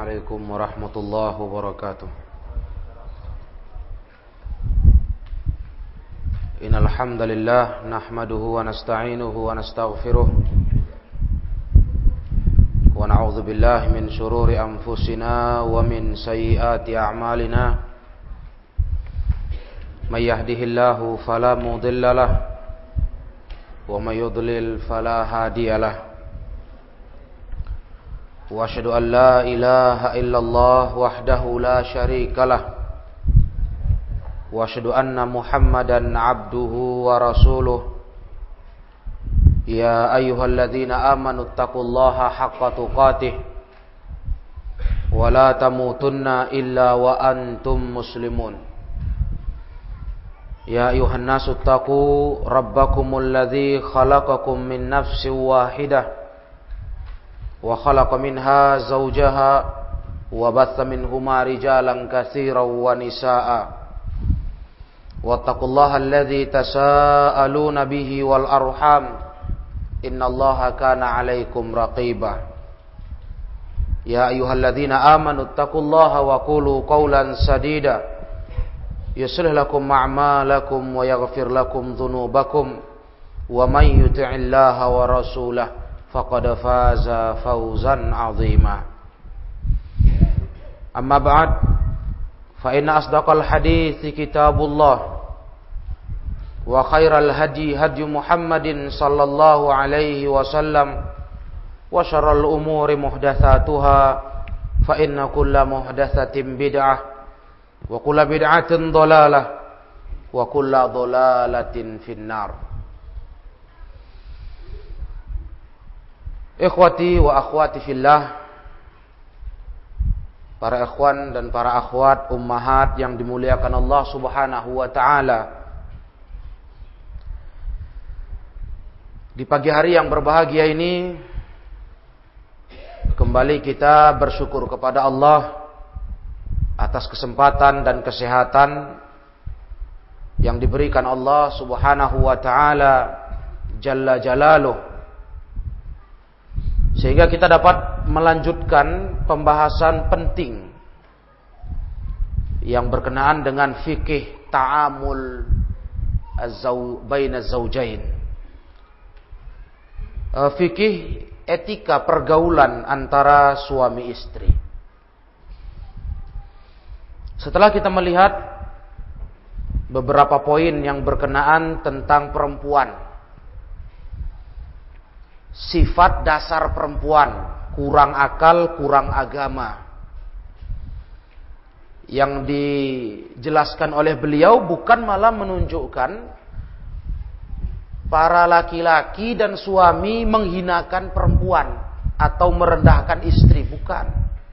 Assalamualaikum warahmatullahi wabarakatuh. Innal hamdalillah nahmaduhu wa nasta'inuhu wa nastaghfiruh wa na'udzu billahi min shururi anfusina wa min sayyiati a'malina. May yahdihillahu fala mudilla lahu wa may yudlil fala hadiya lahu. Wa asyhadu an la ilaha illallah wahdahu la syarika lah. Wa asyhadu anna Muhammadan abduhu wa rasuluh. Ya ayyuhalladzina amanu taqullaha haqqa tuqatih wa la tamutunna illa wa antum muslimun. Ya ayyuhan nasu taqu rabbakumul ladzi khalaqakum min nafsin wahidah wa khalaqa minha zawjaha wa batha minhuma rijalan katsiran wa nisaa'a wattaqullaha alladzi tasaaluna bihi wal arham innallaha kana 'alaikum raqiba. Ya ayyuhalladzina amanu taqullaha wa qulu qawlan sadida yuslih lakum a'malakum wa yaghfir lakum dhunubakum wa may yuti'illaha wa rasulahu faqad faza fawzan 'azima. Amma ba'd, fa inna asdaqal hadithi kitabullah wa khairal hadi hadi Muhammadin sallallahu alaihi wasallam wa syarrul umuri muhdatsatuha fa inna kulla muhdatsatin bid'ah wa kulla bid'atin dhalalah wa kulla dhalalatin finnar. Ikhwati wa akhwati fillah, para ikhwan dan para akhwat ummahat yang dimuliakan Allah Subhanahu wa taala. Di pagi hari yang berbahagia ini kembali kita bersyukur kepada Allah atas kesempatan dan kesehatan yang diberikan Allah Subhanahu wa taala jalla jalaluh, sehingga kita dapat melanjutkan pembahasan penting yang berkenaan dengan fikih ta'amul baina zaujain. Fikih etika pergaulan antara suami istri. Setelah kita melihat beberapa poin yang berkenaan tentang perempuan, sifat dasar perempuan, kurang akal, kurang agama, yang dijelaskan oleh beliau bukan malah menunjukkan para laki-laki dan suami menghinakan perempuan atau merendahkan istri, bukan.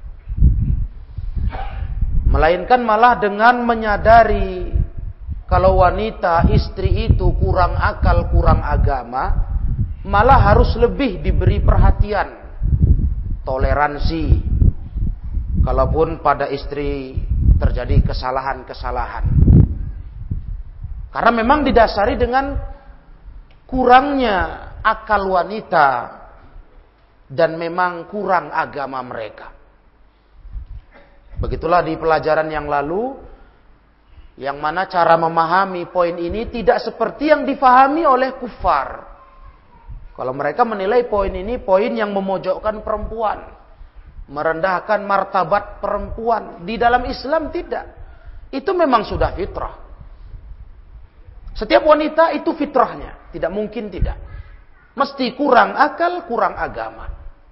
Melainkan malah dengan menyadari kalau wanita, istri itu kurang akal, kurang agama, malah harus lebih diberi perhatian, toleransi, kalaupun pada istri terjadi kesalahan-kesalahan. Karena memang didasari dengan kurangnya akal wanita dan memang kurang agama mereka. Begitulah di pelajaran yang lalu, yang mana cara memahami poin ini tidak seperti yang difahami oleh kufar. Kalau mereka menilai poin ini poin yang memojokkan perempuan, merendahkan martabat perempuan. Di dalam Islam tidak. Itu memang sudah fitrah. Setiap wanita itu fitrahnya, tidak mungkin tidak. Mesti kurang akal, kurang agama.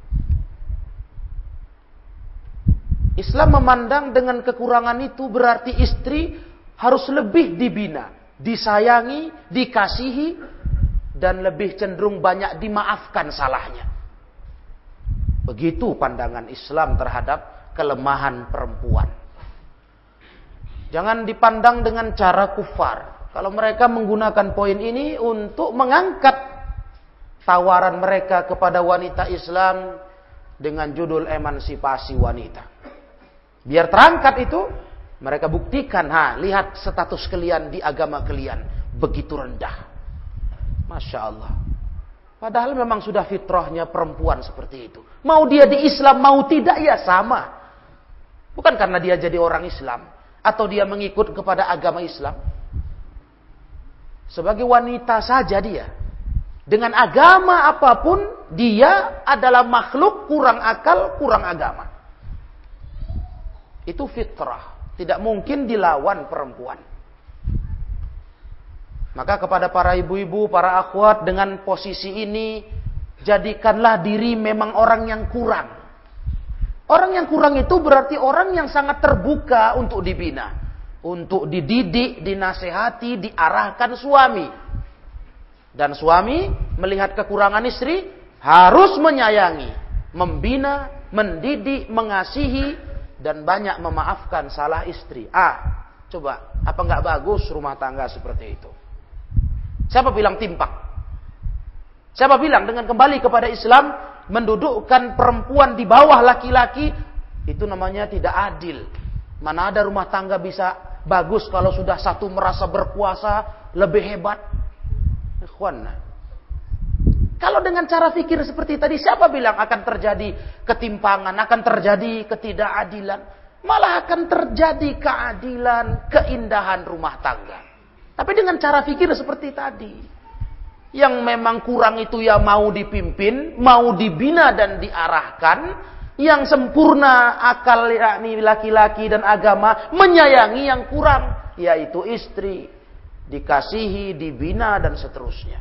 Islam memandang dengan kekurangan itu berarti istri harus lebih dibina, disayangi, dikasihi, dan lebih cenderung banyak dimaafkan salahnya. Begitu pandangan Islam terhadap kelemahan perempuan. Jangan dipandang dengan cara kufar. Kalau mereka menggunakan poin ini untuk mengangkat tawaran mereka kepada wanita Islam dengan judul emansipasi wanita. Biar terangkat itu, mereka buktikan, lihat status kalian di agama kalian begitu rendah. Masya Allah. Padahal memang sudah fitrahnya perempuan seperti itu. Mau dia di Islam, mau tidak, ya sama. Bukan karena dia jadi orang Islam atau dia mengikut kepada agama Islam. Sebagai wanita saja dia. Dengan agama apapun, dia adalah makhluk kurang akal, kurang agama. Itu fitrah. Tidak mungkin dilawan perempuan. Maka kepada para ibu-ibu, para akhwat, dengan posisi ini, jadikanlah diri memang orang yang kurang. Orang yang kurang itu berarti orang yang sangat terbuka untuk dibina. Untuk dididik, dinasehati, diarahkan suami. Dan suami melihat kekurangan istri, harus menyayangi, membina, mendidik, mengasihi, dan banyak memaafkan salah istri. Coba, apa nggak bagus rumah tangga seperti itu? Siapa bilang timpang? Siapa bilang dengan kembali kepada Islam, mendudukkan perempuan di bawah laki-laki, itu namanya tidak adil. Mana ada rumah tangga bisa bagus kalau sudah satu merasa berkuasa, lebih hebat. Ikhwan, kalau dengan cara fikir seperti tadi, siapa bilang akan terjadi ketimpangan, akan terjadi ketidakadilan? Malah akan terjadi keadilan, keindahan rumah tangga. Tapi dengan cara fikir seperti tadi, yang memang kurang itu ya mau dipimpin, mau dibina dan diarahkan. Yang sempurna akal yakni laki-laki dan agama menyayangi yang kurang, yaitu istri, dikasihi, dibina dan seterusnya.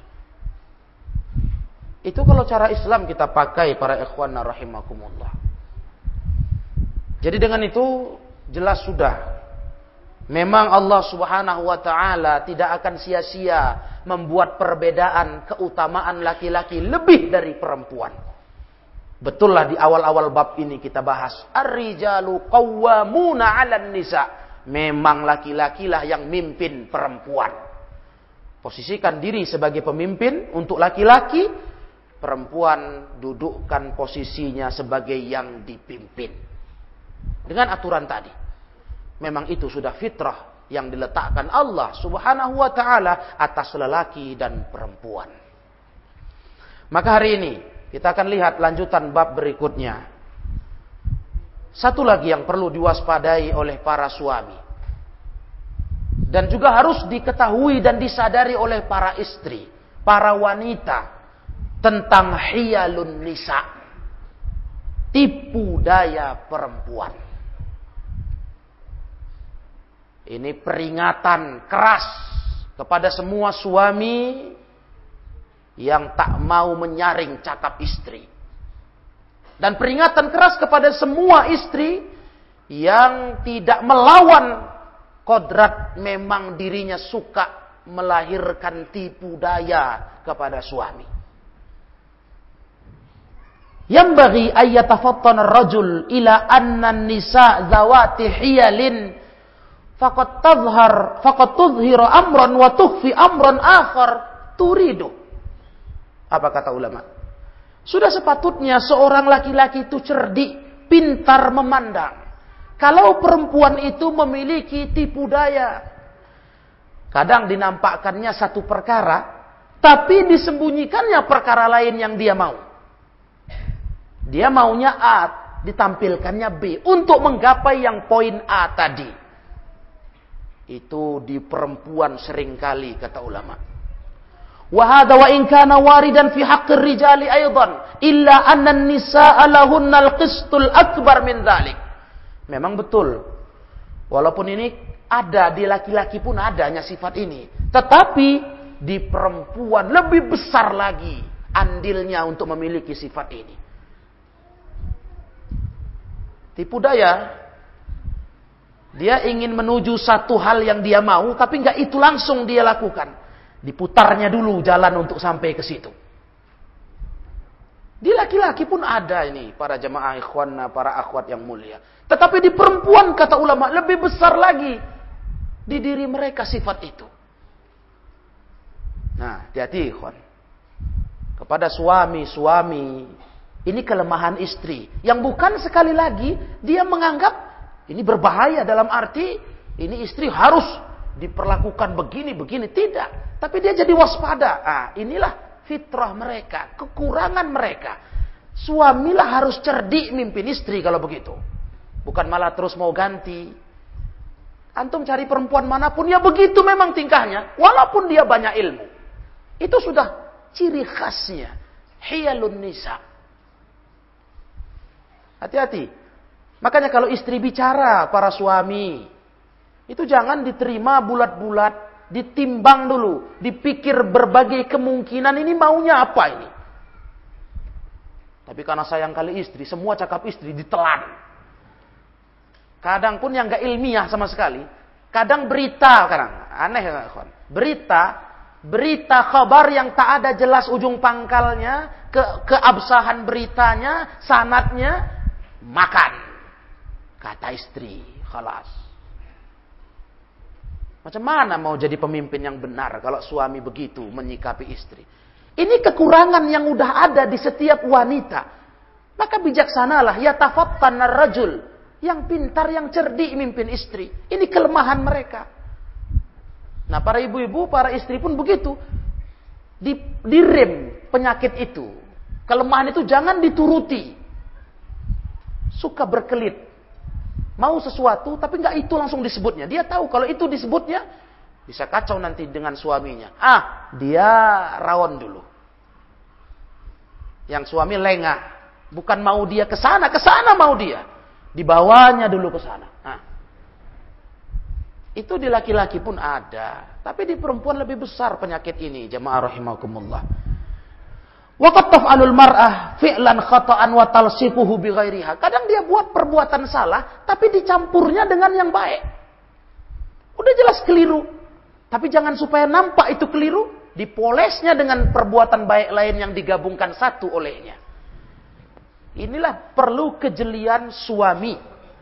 Itu kalau cara Islam kita pakai, para ikhwana rahimakumullah. Jadi dengan itu jelas sudah, memang Allah Subhanahu wa taala tidak akan sia-sia membuat perbedaan keutamaan laki-laki lebih dari perempuan. Betullah di awal-awal bab ini kita bahas ar-rijalu qawwamuna 'alan nisa. Memang laki-laki lah yang mimpin perempuan. Posisikan diri sebagai pemimpin untuk laki-laki, perempuan dudukkan posisinya sebagai yang dipimpin. Dengan aturan tadi. Memang itu sudah fitrah yang diletakkan Allah Subhanahu wa taala atas lelaki dan perempuan. Maka hari ini kita akan lihat lanjutan bab berikutnya. Satu lagi yang perlu diwaspadai oleh para suami. Dan juga harus diketahui dan disadari oleh para istri, para wanita. Tentang hiyalun nisa. Tipu daya perempuan. Ini peringatan keras kepada semua suami yang tak mau menyaring cakap istri. Dan peringatan keras kepada semua istri yang tidak melawan kodrat memang dirinya suka melahirkan tipu daya kepada suami. Yambaghi ayyatafattana ar-rajul ila anna an-nisa zawati hiyalin faqad tudhhiru amran wa tukhfi amran akhar turidu. Apa kata ulama? Sudah sepatutnya seorang laki-laki itu cerdik, pintar memandang. Kalau perempuan itu memiliki tipu daya, kadang dinampakkannya satu perkara, tapi disembunyikannya perkara lain yang dia mau. Dia maunya A, ditampilkannya B, untuk menggapai yang poin A tadi. Itu di perempuan seringkali, kata ulama. Wahada wa in kana waridan fi haqqir rijali aidan illa anna an-nisaa lahunna al-qistul akbar min dzalik. Memang betul. Walaupun ini ada di laki-laki pun adanya sifat ini, tetapi di perempuan lebih besar lagi andilnya untuk memiliki sifat ini. Tipu daya. Dia ingin menuju satu hal yang dia mau, tapi enggak itu langsung dia lakukan. Diputarnya dulu jalan untuk sampai ke situ. Di laki-laki pun ada ini, para jemaah ikhwanna, para akhwat yang mulia. Tetapi di perempuan, kata ulama, lebih besar lagi di diri mereka sifat itu. Nah, hati-hati ikhwan. Kepada suami-suami, ini kelemahan istri. Yang bukan sekali lagi, dia menganggap ini berbahaya dalam arti, ini istri harus diperlakukan begini-begini. Tidak. Tapi dia jadi waspada. Inilah fitrah mereka, kekurangan mereka. Suamilah harus cerdik mimpin istri kalau begitu. Bukan malah terus mau ganti. Antum cari perempuan manapun, ya begitu memang tingkahnya. Walaupun dia banyak ilmu. Itu sudah ciri khasnya. Hiyalun nisa. Hati-hati. Makanya kalau istri bicara, para suami, itu jangan diterima bulat-bulat. Ditimbang dulu. Dipikir berbagai kemungkinan, ini maunya apa ini. Tapi karena sayang kali istri, semua cakap istri ditelan. Kadang pun yang gak ilmiah sama sekali. Kadang berita, aneh ya kawan. Berita kabar yang tak ada jelas ujung pangkalnya, keabsahan beritanya, sanadnya, makan. Kata istri, khalas. Macam mana mau jadi pemimpin yang benar kalau suami begitu menyikapi istri? Ini kekurangan yang udah ada di setiap wanita. Maka bijaksanalah, yatafattan ar-rajul. Yang pintar, yang cerdik mimpin istri. Ini kelemahan mereka. Nah, para ibu-ibu, para istri pun begitu. Direm penyakit itu. Kelemahan itu jangan dituruti. Suka berkelit. Mau sesuatu, tapi nggak itu langsung disebutnya. Dia tahu kalau itu disebutnya, bisa kacau nanti dengan suaminya. Dia rawon dulu. Yang suami lengah. Bukan mau dia ke sana mau dia. Dibawanya dulu ke sana. Itu di laki-laki pun ada. Tapi di perempuan lebih besar penyakit ini. Jamaah rahimakumullah. Wa qad taf'alul mar'ah fi'lan khata'an wa talsifuhu bi ghairiha. Kadang dia buat perbuatan salah, tapi dicampurnya dengan yang baik. Udah jelas keliru. Tapi jangan supaya nampak itu keliru, dipolesnya dengan perbuatan baik lain yang digabungkan satu olehnya. Inilah perlu kejelian suami.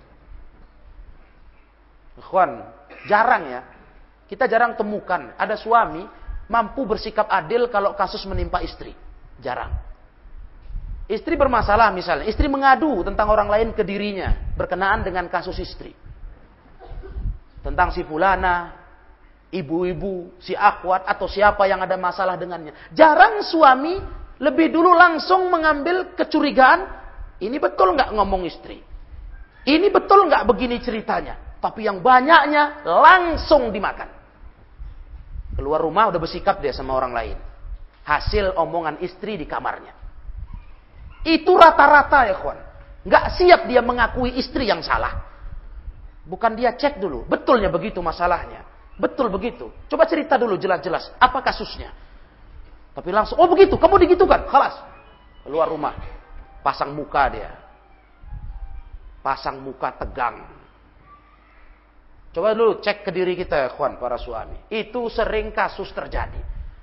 Ikhwan, jarang ya. Kita jarang temukan ada suami mampu bersikap adil kalau kasus menimpa istri. Jarang. Istri bermasalah misalnya, istri mengadu tentang orang lain ke dirinya berkenaan dengan kasus istri. Tentang si fulana, ibu-ibu, si akhwat atau siapa yang ada masalah dengannya. Jarang suami lebih dulu langsung mengambil kecurigaan. Ini betul nggak ngomong istri? Ini betul nggak begini ceritanya? Tapi yang banyaknya langsung dimakan. Keluar rumah udah bersikap dia sama orang lain. Hasil omongan istri di kamarnya. Itu rata-rata ya kawan. Nggak siap dia mengakui istri yang salah. Bukan dia cek dulu. Betulnya begitu masalahnya. Betul begitu. Coba cerita dulu jelas-jelas. Apa kasusnya? Tapi langsung, oh begitu, kamu digitukan. Khalas. Keluar rumah. Pasang muka dia. Pasang muka tegang. Coba dulu cek ke diri kita ya kawan, para suami. Itu sering kasus terjadi.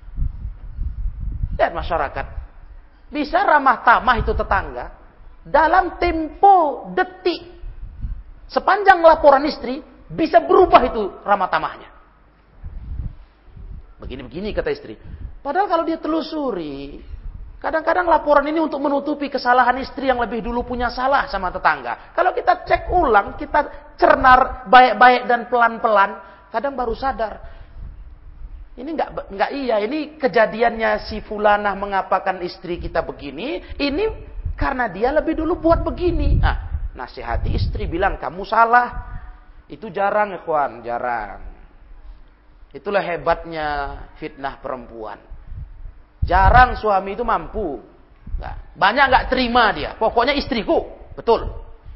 Lihat masyarakat. Bisa ramah tamah itu tetangga. Dalam tempo detik. Sepanjang laporan istri. Bisa berubah itu ramah tamahnya. Begini-begini kata istri. Padahal kalau dia telusuri. Kadang-kadang laporan ini untuk menutupi kesalahan istri yang lebih dulu punya salah sama tetangga. Kalau kita cek ulang, kita cerna baik-baik dan pelan-pelan. Kadang baru sadar. Ini enggak iya. Ini kejadiannya si fulanah mengapakan istri kita begini. Ini karena dia lebih dulu buat begini. Nasihati istri bilang kamu salah. Itu jarang ikhwan, jarang. Itulah hebatnya fitnah perempuan. Jarang suami itu mampu. Banyak nggak terima dia. Pokoknya istriku, betul.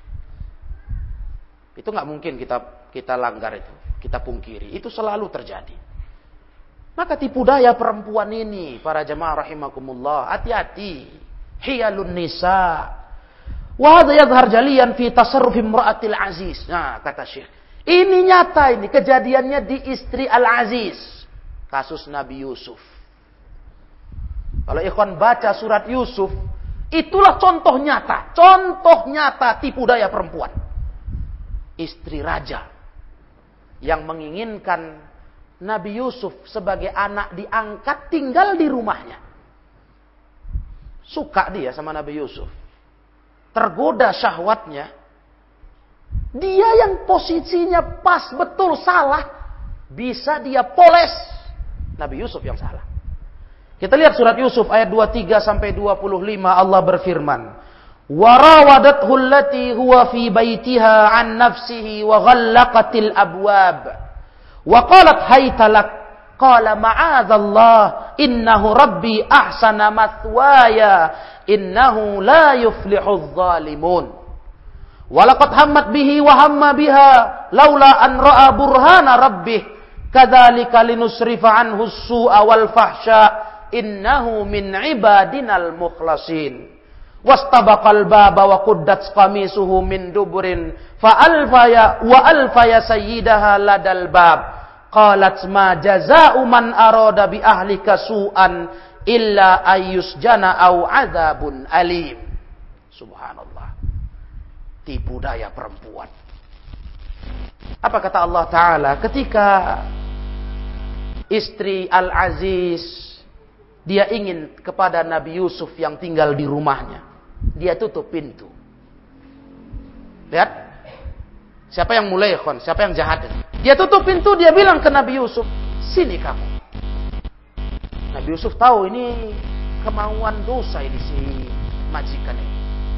Itu nggak mungkin kita langgar itu, kita pungkiri. Itu selalu terjadi. Maka tipu daya perempuan ini, para jemaah rahimakumullah, hati-hati. Hiyalun nisa. Wa hadha yadhhar jaliyan fi tasarruf imra'atil aziz. Nah, kata Syekh. Ini nyata ini kejadiannya di istri Al-Aziz. Kasus Nabi Yusuf. Kalau ikhwan baca surat Yusuf, itulah contoh nyata tipu daya perempuan. Istri raja yang menginginkan Nabi Yusuf sebagai anak diangkat tinggal di rumahnya. Suka dia sama Nabi Yusuf. Tergoda syahwatnya. Dia yang posisinya pas betul salah, bisa dia poles Nabi Yusuf yang salah. Kita lihat surat Yusuf ayat 23 sampai 25, Allah berfirman, وراودته التي هو في بيتها عن نفسه وغلقت الأبواب وقالت هيت لك قال معاذ الله إنه ربي أحسن مثواي إنه لا يفلح الظالمون ولقد همت به وهم بها لولا أن رأى برهان ربه كذلك لنصرف عنه السوء والفحشاء إنه من عبادنا المخلصين واستبق الباب وقدت قميصه من دبر وألف سيدها لدى الباب قالت ما جزاء من أراد بأهلك سوءا إلا أن يسجن أو عذاب أليم. Subhanallah. Tipu daya perempuan. Apa kata Allah Ta'ala ketika istri Al-Aziz dia ingin kepada Nabi Yusuf yang tinggal di rumahnya. Dia tutup pintu. Lihat. Siapa yang mulai, Khon? Siapa yang jahat? Dia tutup pintu, dia bilang ke Nabi Yusuf, sini kamu. Nabi Yusuf tahu ini kemauan dosa ini si majikan ini.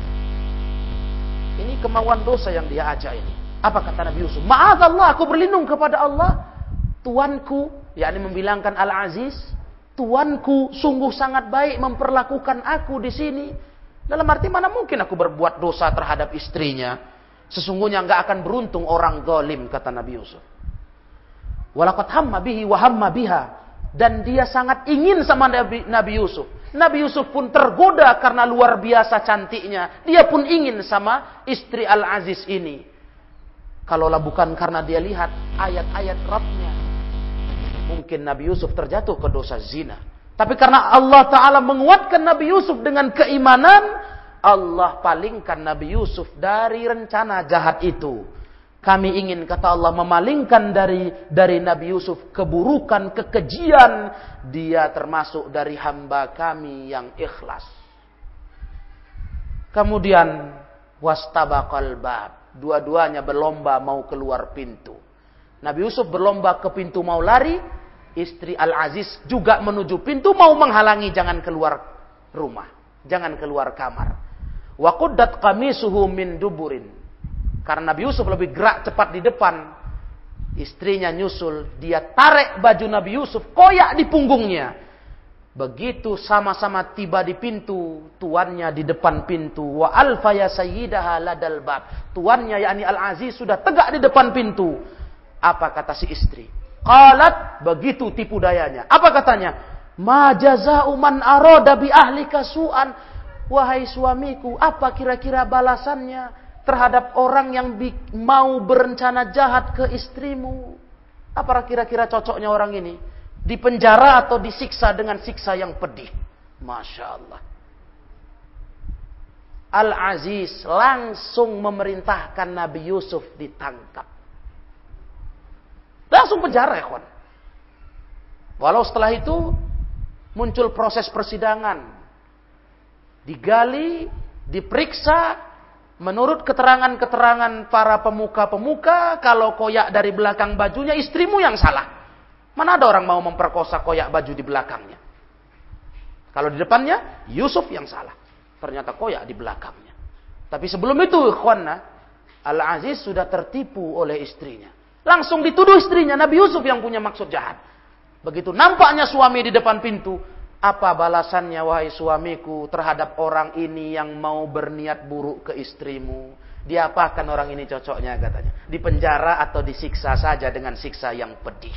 Ini kemauan dosa yang dia ajak ini. Apa kata Nabi Yusuf? Ma'adzallah, aku berlindung kepada Allah. Tuanku, yakni membilangkan Al-Aziz, tuanku sungguh sangat baik memperlakukan aku di sini. Dalam arti mana mungkin aku berbuat dosa terhadap istrinya. Sesungguhnya enggak akan beruntung orang zalim, kata Nabi Yusuf. Walaqad hamma bihi wa hamma biha. Dan dia sangat ingin sama Nabi Yusuf. Nabi Yusuf pun tergoda karena luar biasa cantiknya. Dia pun ingin sama istri Al-Aziz ini. Kalaulah bukan karena dia lihat ayat-ayat Rabbnya, mungkin Nabi Yusuf terjatuh ke dosa zina. Tapi karena Allah Ta'ala menguatkan Nabi Yusuf dengan keimanan, Allah palingkan Nabi Yusuf dari rencana jahat itu. Kami ingin, kata Allah, memalingkan dari Nabi Yusuf keburukan, kekejian. Dia termasuk dari hamba kami yang ikhlas. Kemudian wastabaqal bab. Dua-duanya berlomba mau keluar pintu. Nabi Yusuf berlomba ke pintu mau lari. Istri Al-Aziz juga menuju pintu mau menghalangi, jangan keluar rumah, jangan keluar kamar. Wa quddat qamisuhu min duburin. Karena Nabi Yusuf lebih gerak cepat di depan, istrinya nyusul, dia tarik baju Nabi Yusuf, koyak di punggungnya. Begitu sama-sama tiba di pintu, tuannya di depan pintu. Wa alfaya sayyidaha ladal bab. Tuannya yakni Al-Aziz sudah tegak di depan pintu. Apa kata si istri? Qalat, begitu tipu dayanya. Apa katanya? Ma jaza'u man arada bi ahlika su'an. Wahai suamiku, apa kira-kira balasannya terhadap orang yang mau berencana jahat ke istrimu? Apa kira-kira cocoknya orang ini? Dipenjara atau disiksa dengan siksa yang pedih? Masya Allah. Al-Aziz langsung memerintahkan Nabi Yusuf ditangkap. Langsung penjara, ya kawan. Walau setelah itu muncul proses persidangan. Digali, diperiksa. Menurut keterangan-keterangan para pemuka-pemuka, kalau koyak dari belakang bajunya istrimu yang salah. Mana ada orang mau memperkosa koyak baju di belakangnya. Kalau di depannya, Yusuf yang salah. Ternyata koyak di belakangnya. Tapi sebelum itu, ikhwanna, Al-Aziz sudah tertipu oleh istrinya. Langsung dituduh istrinya, Nabi Yusuf yang punya maksud jahat. Begitu nampaknya suami di depan pintu, apa balasannya wahai suamiku terhadap orang ini yang mau berniat buruk ke istrimu? Diapakan orang ini cocoknya katanya? Dipenjara atau disiksa saja dengan siksa yang pedih.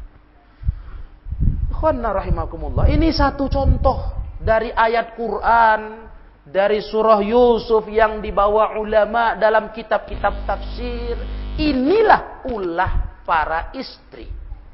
Ikhwanna rahimakumullah. Ini satu contoh dari ayat Quran, dari surah Yusuf yang dibawa ulama dalam kitab-kitab tafsir. Inilah ulah para istri.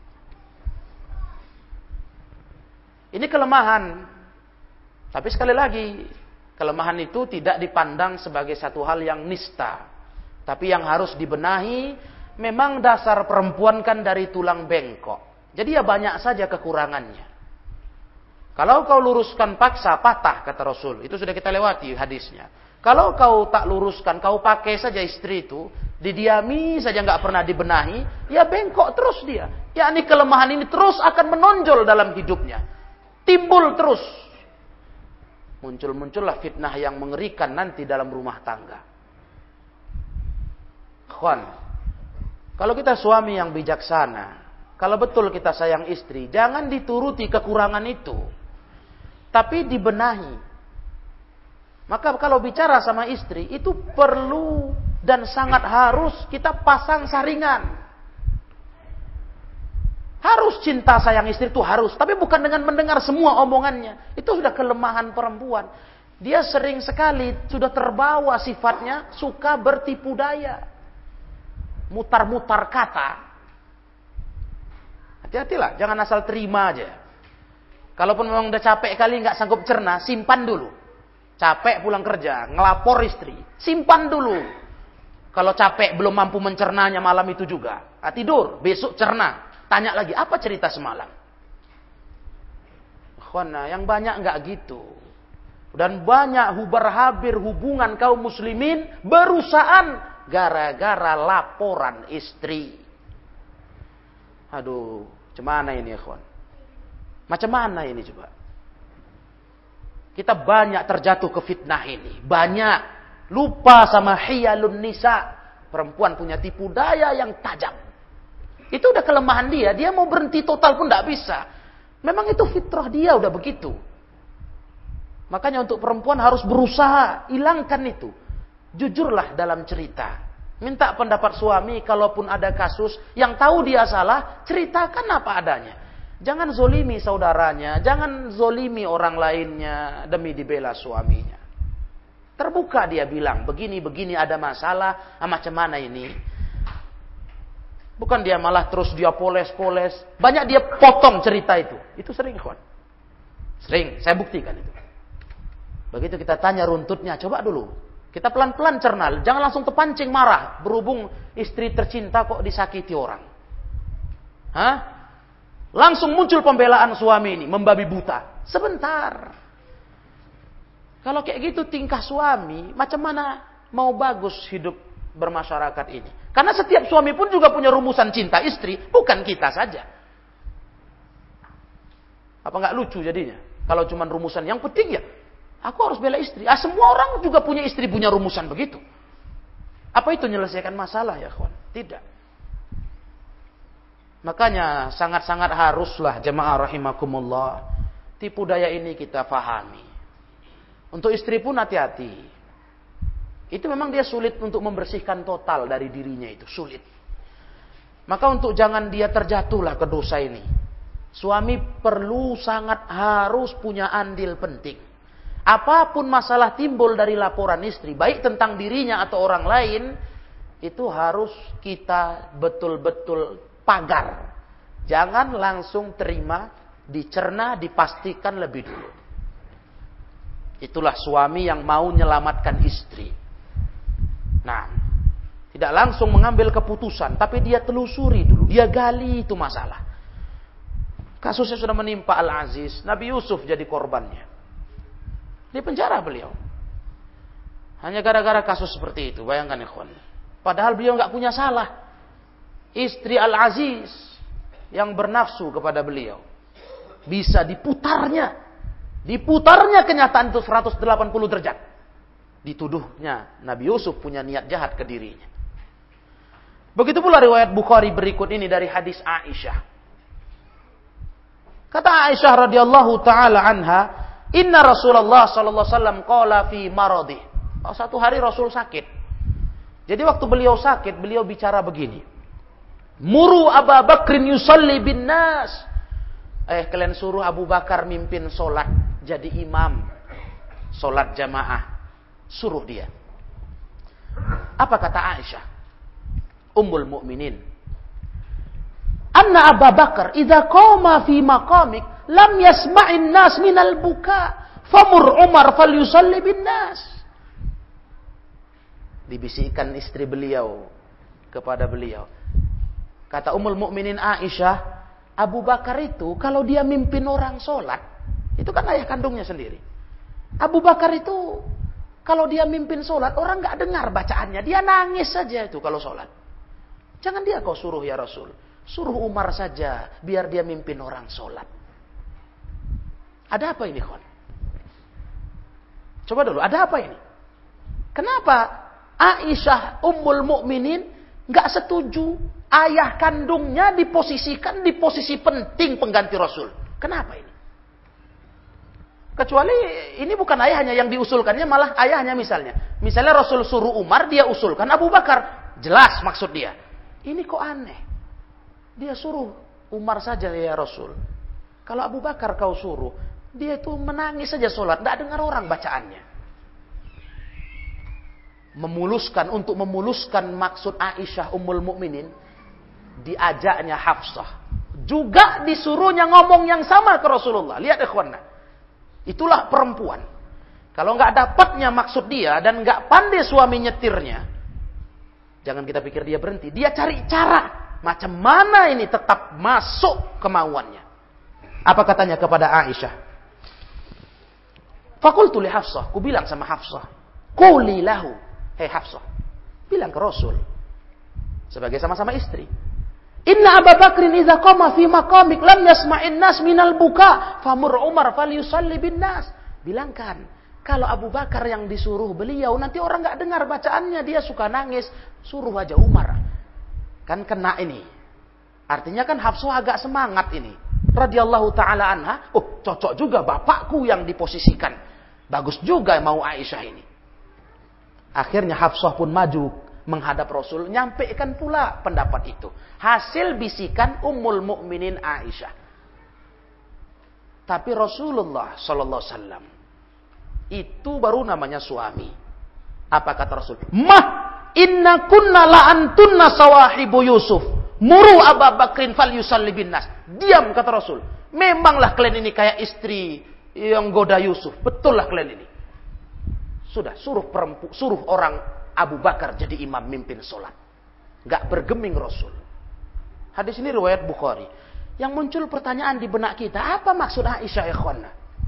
Ini kelemahan. Tapi sekali lagi, kelemahan itu tidak dipandang sebagai satu hal yang nista. Tapi yang harus dibenahi, memang dasar perempuan kan dari tulang bengkok. Jadi ya banyak saja kekurangannya. Kalau kau luruskan paksa, patah, kata Rasul. Itu sudah kita lewati hadisnya. Kalau kau tak luruskan, kau pakai saja istri itu, didiami saja nggak pernah dibenahi, ya bengkok terus dia. Yakni kelemahan ini terus akan menonjol dalam hidupnya. Timbul terus. Muncul-muncullah fitnah yang mengerikan nanti dalam rumah tangga. Ikhwan, kalau kita suami yang bijaksana, kalau betul kita sayang istri, jangan dituruti kekurangan itu, tapi dibenahi. Maka kalau bicara sama istri, itu perlu dan sangat harus kita pasang saringan. Harus cinta sayang istri itu harus. Tapi bukan dengan mendengar semua omongannya. Itu sudah kelemahan perempuan. Dia sering sekali sudah terbawa sifatnya. Suka bertipu daya. Mutar-mutar kata. Hati-hatilah. Jangan asal terima aja. Kalaupun memang udah capek kali nggak sanggup cerna. Simpan dulu. Capek pulang kerja. Ngelapor istri. Simpan dulu. Kalau capek belum mampu mencernanya malam itu juga. Tidur. Besok cerna. Tanya lagi, apa cerita semalam? Khana, yang banyak enggak gitu. Dan banyak hubar-habir hubungan kaum muslimin berusahaan gara-gara laporan istri. Aduh, macam mana ini, ikhwan? Macam mana ini coba? Kita banyak terjatuh ke fitnah ini. Banyak lupa sama hiyalun nisa. Perempuan punya tipu daya yang tajam. Itu udah kelemahan dia. Dia mau berhenti total pun tidak bisa. Memang itu fitrah dia udah begitu. Makanya untuk perempuan harus berusaha. Hilangkan itu. Jujurlah dalam cerita. Minta pendapat suami. Kalaupun ada kasus yang tahu dia salah. Ceritakan apa adanya. Jangan zolimi saudaranya. Jangan zolimi orang lainnya. Demi dibela suaminya. Terbuka dia bilang. Begini-begini ada masalah. Macam mana ini? Bukan dia malah terus dia poles-poles. Banyak dia potong cerita itu. Itu sering, kawan. Sering. Saya buktikan itu. Begitu kita tanya runtutnya. Coba dulu. Kita pelan-pelan cernal. Jangan langsung terpancing marah. Berhubung istri tercinta kok disakiti orang. Hah? Langsung muncul pembelaan suami ini. Membabi buta. Sebentar. Kalau kayak gitu tingkah suami. Macam mana mau bagus hidup bermasyarakat ini? Karena setiap suami pun juga punya rumusan cinta istri, bukan kita saja. Apa nggak lucu jadinya? Kalau cuma rumusan yang penting ya, aku harus bela istri. Semua orang juga punya istri, punya rumusan begitu. Apa itu menyelesaikan masalah ya, kawan? Tidak. Makanya sangat-sangat haruslah jemaah rahimakumullah, tipu daya ini kita fahami. Untuk istri pun hati-hati. Itu memang dia sulit untuk membersihkan total dari dirinya itu. Sulit. Maka untuk jangan dia terjatuhlah ke dosa ini. Suami perlu sangat harus punya andil penting. Apapun masalah timbul dari laporan istri. Baik tentang dirinya atau orang lain. Itu harus kita betul-betul pagar. Jangan langsung terima, dicerna, dipastikan lebih dulu. Itulah suami yang mau menyelamatkan istri. Nah, tidak langsung mengambil keputusan, tapi dia telusuri dulu, dia gali itu masalah. Kasusnya sudah menimpa Al-Aziz, Nabi Yusuf jadi korbannya. Di penjara beliau. Hanya gara-gara kasus seperti itu, bayangkan ikhwan. Padahal beliau nggak punya salah. Istri Al-Aziz yang bernafsu kepada beliau. Bisa diputarnya kenyataan itu 180 derajat. Dituduhnya Nabi Yusuf punya niat jahat ke dirinya. Begitu pula riwayat Bukhari berikut ini dari hadis Aisyah. Kata Aisyah radhiyallahu taala anha, "Inna Rasulullah sallallahu alaihi wasallam qala fi maradhi." Satu hari Rasul sakit. Jadi waktu beliau sakit, beliau bicara begini. "Muru Abu Bakrin yusalli bin nas." Kalian suruh Abu Bakar mimpin solat, jadi imam solat jamaah. Suruh dia. Apa kata Aisyah? Ummul Mukminin. Anna Abu Bakar idza qama fi maqamik lam yasma'in nas minal buka famur Umar falyusalli bin nas. Dibisikkan istri beliau kepada beliau. Kata Ummul Mukminin Aisyah, Abu Bakar itu kalau dia mimpin orang sholat, itu kan ayah kandungnya sendiri. Abu Bakar itu kalau dia mimpin sholat, orang nggak dengar bacaannya. Dia nangis saja itu kalau sholat. Jangan dia kau suruh ya Rasul. Suruh Umar saja, biar dia mimpin orang sholat. Ada apa ini, kawan? Coba dulu, ada apa ini? Kenapa Aisyah Ummul Mukminin nggak setuju ayah kandungnya diposisikan di posisi penting pengganti Rasul? Kenapa ini? Kecuali ini bukan ayahnya yang diusulkannya, malah ayahnya misalnya. Misalnya Rasul suruh Umar, dia usulkan Abu Bakar. Jelas maksud dia. Ini kok aneh. Dia suruh Umar saja ya Rasul. Kalau Abu Bakar kau suruh, dia itu menangis saja sholat. Tidak dengar orang bacaannya. Untuk memuluskan maksud Aisyah Ummul Mukminin, diajaknya Hafsah. Juga disuruhnya ngomong yang sama ke Rasulullah. Lihat ikhwanna. Itulah perempuan. Kalau nggak dapatnya maksud dia dan nggak pandai suami nyetirnya, jangan kita pikir dia berhenti. Dia cari cara macam mana ini tetap masuk kemauannya. Apa katanya kepada Aisyah? Fakultu li Hafsah. Ku bilang sama Hafsah. Quli lahu. Hei Hafsah. Bilang ke Rasul. Sebagai sama-sama istri. Inna Abu Bakrin idza qama fi maqamik lam yasma'in nas minal buka famur Umar falyusalli bin nas. Bilangkan, kalau Abu Bakar yang disuruh beliau nanti orang enggak dengar bacaannya, dia suka nangis, suruh aja Umar. Kan kena ini. Artinya kan Hafsah agak semangat ini. Radhiyallahu taala anha, oh cocok juga bapakku yang diposisikan. Bagus juga mau Aisyah ini. Akhirnya Hafsah pun maju menghadap Rasul, nyampaikan pula pendapat itu. Hasil bisikan Ummul Mukminin Aisyah. Tapi Rasulullah sallallahu alaihi wasallam itu baru namanya suami. Apa kata Rasul? Mah inna kunna la antunna sawahibu Yusuf. Muru Abu Bakrin falyusalli bin nas. Diam kata Rasul. Memanglah kalian ini kayak istri yang goda Yusuf. Betul lah kalian ini. Sudah suruh orang Abu Bakar jadi imam mimpin sholat. Gak bergeming Rasul. Hadis ini riwayat Bukhari. Yang muncul pertanyaan di benak kita, apa maksud Aisyah ikhwanna?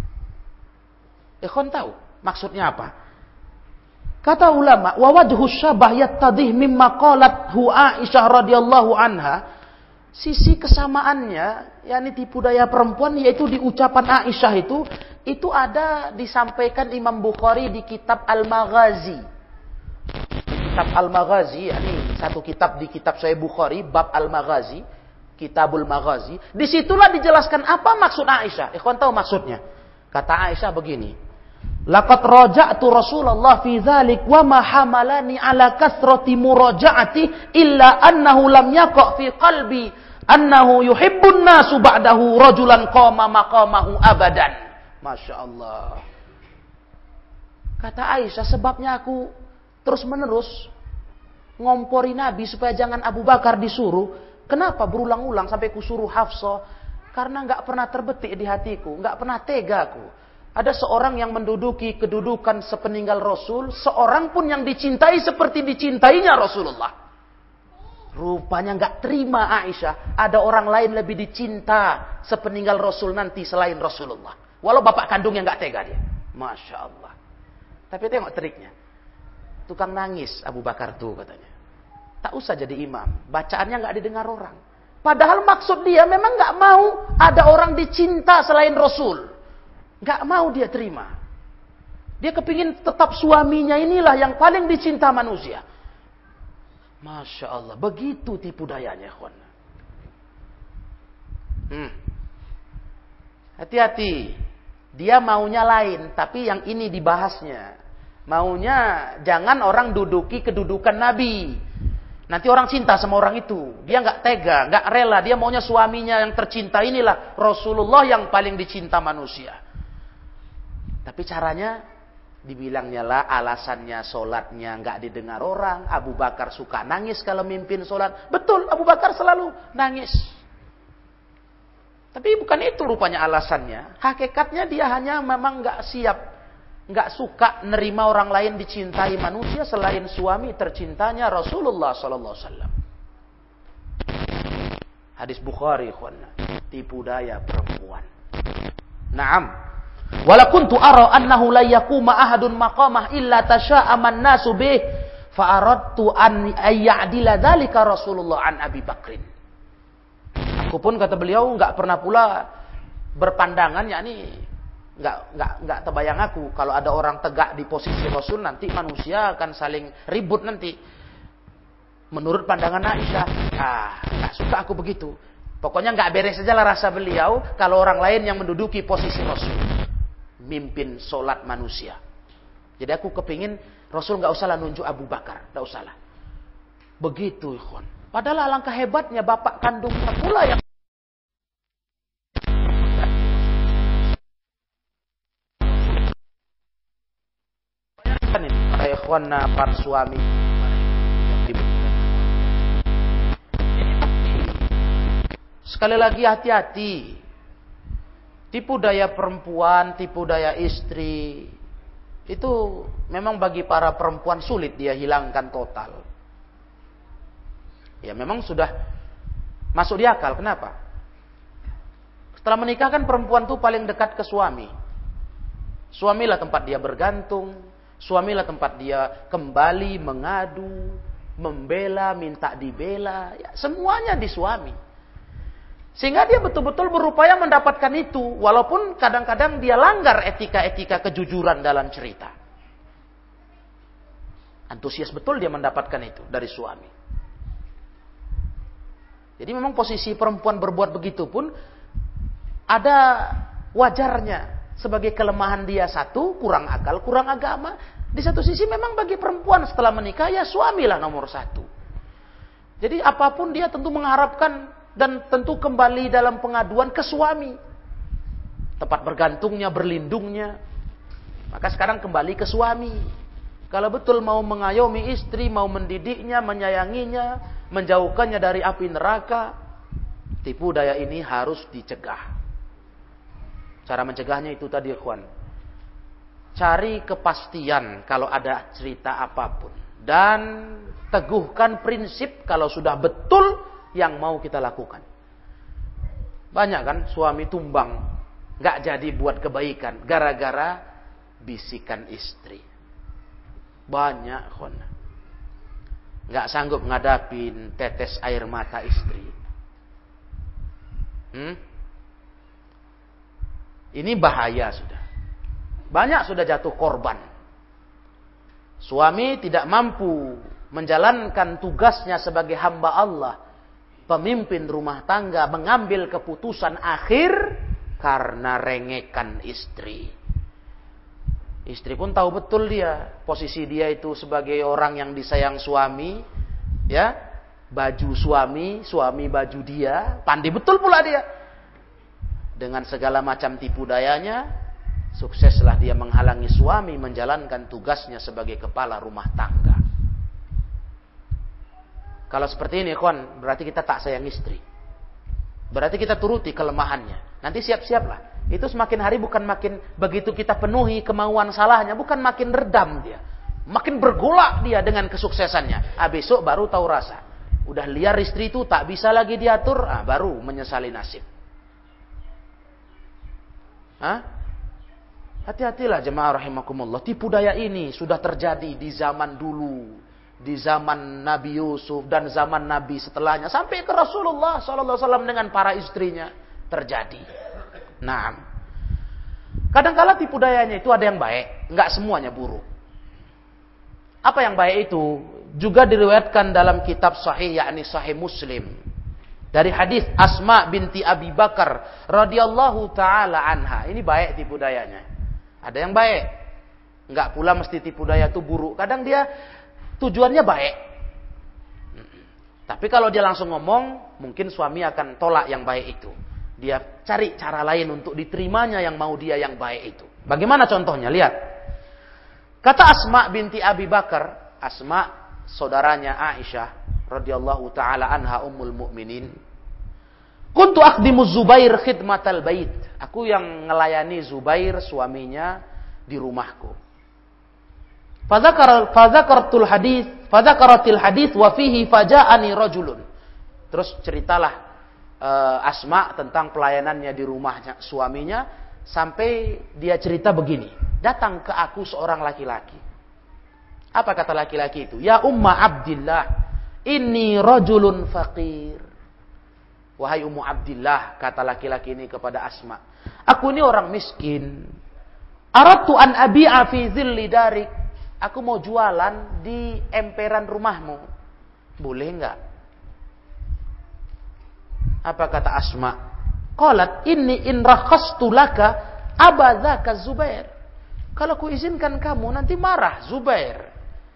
Ikhwan tahu maksudnya apa? Kata ulama, wa wajhu syabah yattadih mimma qalathu Aisyah radhiyallahu anha. Sisi kesamaannya, yakni tipu daya perempuan, yaitu di ucapan Aisyah itu ada disampaikan Imam Bukhari di kitab Al-Maghazi. Kitab Al-Maghazi, ini satu kitab di kitab Sahih Bukhari, bab Al-Maghazi, Kitabul Maghazi. Disitulah dijelaskan apa maksud Aisyah. Ikhwan tahu maksudnya. Kata Aisyah begini. Laqad raja'tu Rasulullah fi dzalik wa ma hamalani ala kasrati muraja'ati illa annahu lam yaqa fi qalbi annahu yuhibbun nasu ba'dahu rajulan qama maqamahu abadan. Masya Allah. Kata Aisyah, sebabnya aku terus-menerus ngompori Nabi supaya jangan Abu Bakar disuruh. Kenapa berulang-ulang sampai kusuruh Hafsah? Karena nggak pernah terbetik di hatiku, nggak pernah tega aku. Ada seorang yang menduduki kedudukan sepeninggal Rasul, seorang pun yang dicintai seperti dicintainya Rasulullah. Rupanya nggak terima Aisyah, ada orang lain lebih dicinta sepeninggal Rasul nanti selain Rasulullah. Walau bapak kandungnya nggak tega dia. Masya Allah. Tapi tengok triknya. Tukang nangis Abu Bakar tuh katanya. Tak usah jadi imam. Bacaannya nggak didengar orang. Padahal maksud dia memang nggak mau ada orang dicinta selain Rasul. Nggak mau dia terima. Dia kepingin tetap suaminya inilah yang paling dicinta manusia. Masya Allah. Begitu tipu dayanya. Hati-hati. Dia maunya lain. Tapi yang ini dibahasnya. Maunya jangan orang duduki kedudukan Nabi. Nanti orang cinta sama orang itu. Dia nggak tega, nggak rela. Dia maunya suaminya yang tercinta inilah Rasulullah yang paling dicinta manusia. Tapi caranya dibilangnya lah alasannya sholatnya nggak didengar orang. Abu Bakar suka nangis kalau mimpin sholat. Betul, Abu Bakar selalu nangis. Tapi bukan itu rupanya alasannya. Hakikatnya dia hanya memang nggak siap. Nggak suka nerima orang lain dicintai manusia selain suami tercintanya Rasulullah sallallahu alaihi wasallam. Hadis Bukhari, ikhwanna. Tipu daya perempuan. Naam. Wala kuntu ara annahu la yakuma ahadun maqamah illa tasha'aman nasu bih fa aradtu an ya'dila dzalika Rasulullah an Abi Bakrin. Aku pun kata beliau enggak pernah pula berpandangan yakni nggak terbayang aku kalau ada orang tegak di posisi Rasul nanti manusia akan saling ribut nanti. Menurut pandangan Aisyah, nggak suka aku begitu. Pokoknya nggak beres saja lah rasa beliau kalau orang lain yang menduduki posisi Rasul, mimpin solat manusia. Jadi aku kepingin Rasul nggak usahlah nunjuk Abu Bakar, nggak usahlah. Begitu, ikhwan. Padahal alangkah hebatnya bapak kandungnya pula yang para ikhwanna, para suami. Sekali lagi hati-hati. Tipu daya perempuan, tipu daya istri, itu memang bagi para perempuan sulit dia hilangkan total. Ya memang sudah masuk di akal. Kenapa? Setelah menikah kan perempuan tuh paling dekat ke suami. Suamilah tempat dia bergantung. Suamilah tempat dia kembali mengadu, membela, minta dibela. Ya, semuanya di suami. Sehingga dia betul-betul berupaya mendapatkan itu. Walaupun kadang-kadang dia langgar etika-etika kejujuran dalam cerita. Antusias betul dia mendapatkan itu dari suami. Jadi memang posisi perempuan berbuat begitu pun ada wajarnya. Sebagai kelemahan dia satu, kurang akal, kurang agama. Di satu sisi memang bagi perempuan setelah menikah ya suamilah nomor satu. Jadi apapun dia tentu mengharapkan dan tentu kembali dalam pengaduan ke suami. Tempat bergantungnya, berlindungnya. Maka sekarang kembali ke suami. Kalau betul mau mengayomi istri, mau mendidiknya, menyayanginya, menjauhkannya dari api neraka, tipu daya ini harus dicegah. Cara mencegahnya itu tadi, ikhwan. Cari kepastian kalau ada cerita apapun. Dan teguhkan prinsip kalau sudah betul yang mau kita lakukan. Banyak kan suami tumbang, gak jadi buat kebaikan gara-gara bisikan istri. Banyak, ikhwan. Gak sanggup ngadapin tetes air mata istri. Ini bahaya sudah. Banyak sudah jatuh korban. Suami tidak mampu menjalankan tugasnya sebagai hamba Allah, pemimpin rumah tangga, mengambil keputusan akhir karena rengekan istri. Istri pun tahu betul dia, posisi dia itu sebagai orang yang disayang suami, ya, baju suami, suami baju dia, pandai betul pula dia. Dengan segala macam tipu dayanya, sukseslah dia menghalangi suami menjalankan tugasnya sebagai kepala rumah tangga. Kalau seperti ini, kawan, berarti kita tak sayang istri. Berarti kita turuti kelemahannya. Nanti siap-siaplah. Itu semakin hari bukan makin begitu kita penuhi kemauan salahnya, bukan makin redam dia. Makin bergolak dia dengan kesuksesannya. Besok baru tahu rasa. Udah liar istri itu tak bisa lagi diatur, baru menyesali nasib. Hati-hatilah jemaah rahimakumullah. Tipu daya ini sudah terjadi di zaman dulu, di zaman Nabi Yusuf dan zaman Nabi setelahnya, sampai ke Rasulullah SAW dengan para istrinya terjadi. Nah, kadang-kala tipu dayanya itu ada yang baik, nggak semuanya buruk. Apa yang baik itu juga diriwayatkan dalam kitab sahih, yakni Sahih Muslim, dari hadis Asma binti Abi Bakar radhiyallahu taala anha. Ini baik tipu dayanya. Ada yang baik. Enggak pula mesti tipu daya itu buruk. Kadang dia tujuannya baik. Tapi kalau dia langsung ngomong, mungkin suami akan tolak yang baik itu. Dia cari cara lain untuk diterimanya yang mau dia yang baik itu. Bagaimana contohnya? Lihat. Kata Asma binti Abi Bakar, Asma saudaranya Aisyah radhiyallahu taala anha ummul mukminin. Kuntu akhdimu Zubair khidmatal bait. Aku yang ngelayani Zubair suaminya di rumahku. Fadzakaratil hadits wa fihi faja'ani rajulun. Terus ceritalah Asma tentang pelayanannya di rumahnya suaminya sampai dia cerita begini. Datang ke aku seorang laki-laki. Apa kata laki-laki itu? Ya Umma Abdillah, inni rajulun faqir. Wahai Ummu Abdillah, kata laki-laki ini kepada Asma, aku ini orang miskin, Aradtu an abi'a fi dhilli darik. Aku mau jualan di emperan rumahmu. Boleh enggak? Apa kata Asma? Qalat inni in rakhastu laka abadzaka Zubair. Kalau ku izinkan kamu nanti marah Zubair.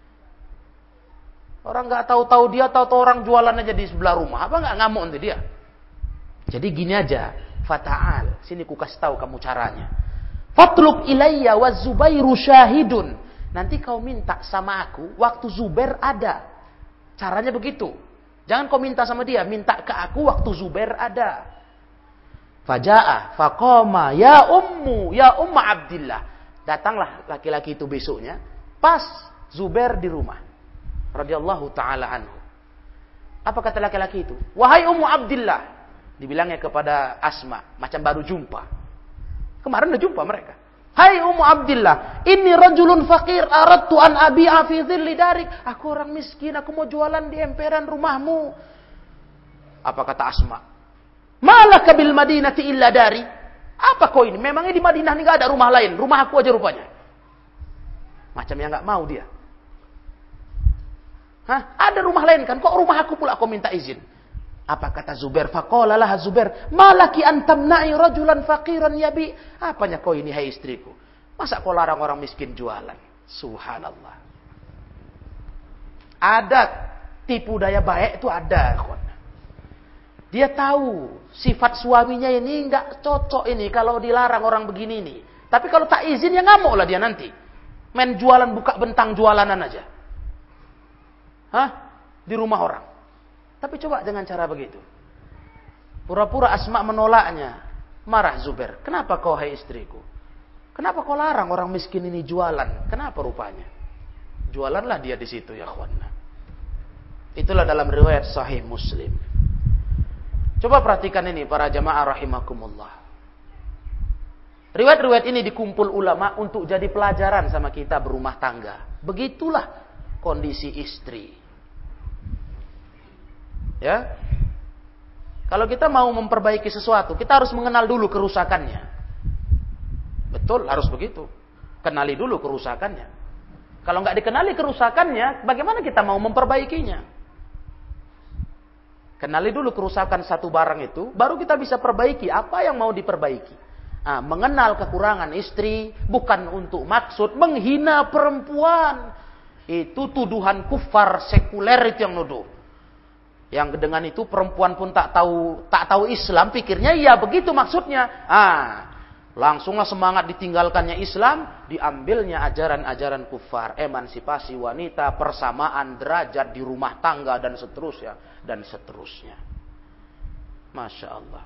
Orang enggak tahu-tahu dia tahu-tahu orang jualan aja di sebelah rumah. Apa enggak ngamuk nanti dia? Jadi gini aja, fata'al. Sini ku kasih tahu kamu caranya. Fatlub ilayya wa Zubairu syahidun. Nanti kau minta sama aku waktu Zubair ada. Caranya begitu. Jangan kau minta sama dia, minta ke aku waktu Zubair ada. Faja'a faqama ya umma Abdillah. Datanglah laki-laki itu besoknya, pas Zubair di rumah. Radhiyallahu taala anhu. Apa kata laki-laki itu? Wahai Ummu Abdillah, dibilangnya kepada Asma, macam baru jumpa. Kemarin udah jumpa mereka. Hai Ummu Abdillah, ini rajulun faqir aradtu an abi'a fi dhilli darik. Aku orang miskin, aku mau jualan di emperan rumahmu. Apa kata Asma? Malaka bil Madinati illa dari? Apa kau ini? Memangnya di Madinah ini enggak ada rumah lain? Rumah aku aja rupanya. Macamnya enggak mau dia. Hah? Ada rumah lain kan? Kok rumah aku pula kau minta izin? Apa kata Zubair? Faqala laha Zubair, "Malaki an tamna'i rajulan faqiran yabi?" Apanya kau ini hai istriku? Masa kau larang orang miskin jualan? Subhanallah. Ada tipu daya baik itu ada, kawan. Dia tahu sifat suaminya ini enggak cocok ini kalau dilarang orang begini nih. Tapi kalau tak izin ya ngamuk lah dia nanti. Main jualan buka bentang jualanan aja. Hah? Di rumah orang. Tapi coba dengan cara begitu. Pura-pura Asma menolaknya. Marah Zubair. Kenapa kau hai istriku? Kenapa kau larang orang miskin ini jualan? Kenapa rupanya? Jualanlah dia di situ ya kawan. Itulah dalam riwayat Sahih Muslim. Coba perhatikan ini para jamaah rahimakumullah. Riwayat-riwayat ini dikumpul ulama untuk jadi pelajaran sama kita berumah tangga. Begitulah kondisi istri. Ya. Kalau kita mau memperbaiki sesuatu, kita harus mengenal dulu kerusakannya. Betul, harus begitu. Kenali dulu kerusakannya. Kalau nggak dikenali kerusakannya, bagaimana kita mau memperbaikinya? Kenali dulu kerusakan satu barang itu, baru kita bisa perbaiki apa yang mau diperbaiki. Nah, mengenal kekurangan istri bukan untuk maksud menghina perempuan. Itu tuduhan kufar sekuler itu yang nuduh. Yang dengan itu perempuan pun tak tahu Islam, pikirnya iya begitu maksudnya. Langsunglah semangat ditinggalkannya Islam, diambilnya ajaran-ajaran kufar, emansipasi wanita, persamaan derajat di rumah tangga dan seterusnya dan seterusnya. Masya Allah.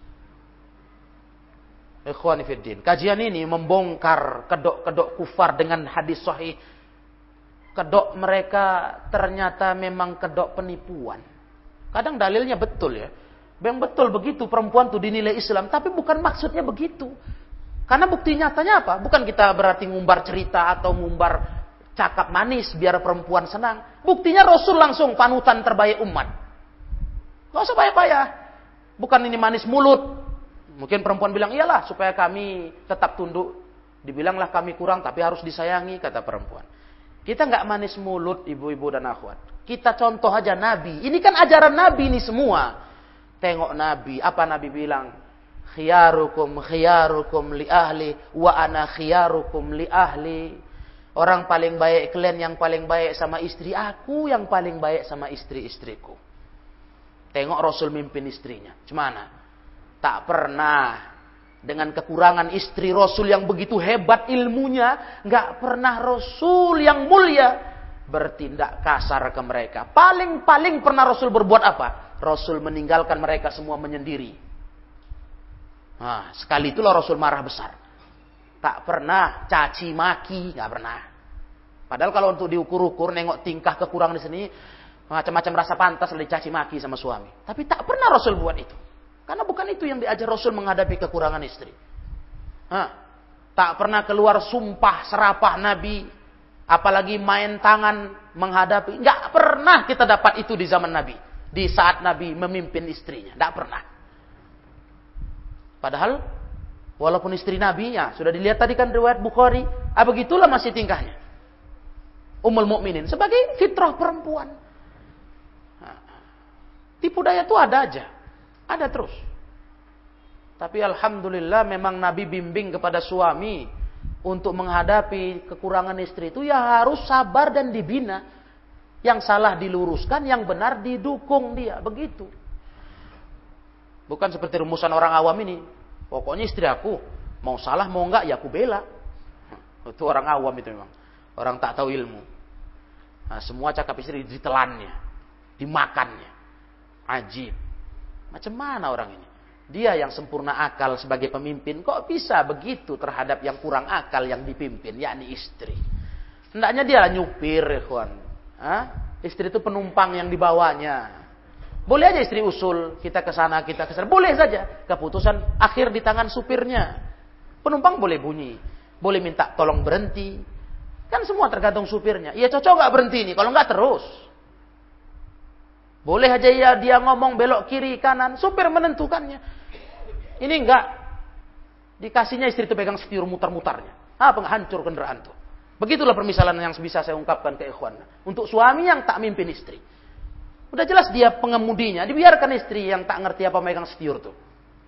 Ikhwani fiddin, kajian ini membongkar kedok-kedok kufar dengan hadis sahih. Kedok mereka ternyata memang kedok penipuan. Kadang dalilnya betul ya. Yang betul begitu perempuan tuh dinilai Islam, tapi bukan maksudnya begitu. Karena bukti nyatanya apa? Bukan kita berarti ngumbar cerita atau ngumbar cakap manis biar perempuan senang. Buktinya Rasul langsung panutan terbaik umat. Gak usah payah-payah. Bukan ini manis mulut. Mungkin perempuan bilang, iyalah supaya kami tetap tunduk. Dibilanglah kami kurang tapi harus disayangi, kata perempuan. Kita nggak manis mulut ibu-ibu dan akhwat. Kita contoh aja Nabi. Ini kan ajaran Nabi ini semua. Tengok Nabi, apa Nabi bilang? Khiyarukum li ahli wa ana khiyarukum li ahli. Orang paling baik kalian yang paling baik sama istri, aku yang paling baik sama istri-istriku. Tengok Rasul mimpin istrinya. Gimana? Tak pernah dengan kekurangan istri Rasul yang begitu hebat ilmunya, enggak pernah Rasul yang mulia bertindak kasar ke mereka. Paling-paling pernah Rasul berbuat apa? Rasul meninggalkan mereka semua menyendiri. Nah, sekali itulah Rasul marah besar. Tak pernah caci maki, nggak pernah. Padahal kalau untuk diukur-ukur, nengok tingkah kekurangan di sini, macam-macam rasa pantas dicaci maki sama suami. Tapi tak pernah Rasul buat itu. Karena bukan itu yang diajar Rasul menghadapi kekurangan istri. Nah, tak pernah keluar sumpah serapah Nabi, apalagi main tangan menghadapi. Nggak pernah kita dapat itu di zaman Nabi. Di saat Nabi memimpin istrinya. Nggak pernah. Padahal Walaupun istri Nabi, ya sudah dilihat tadi kan riwayat Bukhari, begitulah masih tingkahnya. Ummul Mukminin sebagai fitrah perempuan. Tipu daya itu ada aja. Ada terus. Tapi alhamdulillah memang Nabi bimbing kepada suami untuk menghadapi kekurangan istri itu ya harus sabar dan dibina. Yang salah diluruskan, yang benar didukung dia. Begitu. Bukan seperti rumusan orang awam ini. Pokoknya istri aku mau salah mau enggak ya aku bela. Itu orang awam itu memang. Orang tak tahu ilmu. Nah, semua cakap istri ditelannya, dimakannya. Ajib. Macam mana orang ini? Dia yang sempurna akal sebagai pemimpin, kok bisa begitu terhadap yang kurang akal yang dipimpin, yakni istri. Hendaknya dia nyupir, ikhwan. Istri itu penumpang yang dibawanya. Boleh aja istri usul, kita ke sana, kita ke sana. Boleh saja. Keputusan akhir di tangan supirnya. Penumpang boleh bunyi. Boleh minta tolong berhenti. Kan semua tergantung supirnya. Iya cocok nggak berhenti ini? Kalau nggak terus. Boleh aja ya dia ngomong belok kiri kanan. Supir menentukannya. Ini enggak. Dikasihnya istri itu pegang setir mutar-mutarnya. Penghancur kendaraan tuh. Begitulah permisalan yang bisa saya ungkapkan ke ikhwan. Untuk suami yang tak mimpin istri. Udah jelas dia pengemudinya. Dibiarkan istri yang tak ngerti apa megang setir tuh.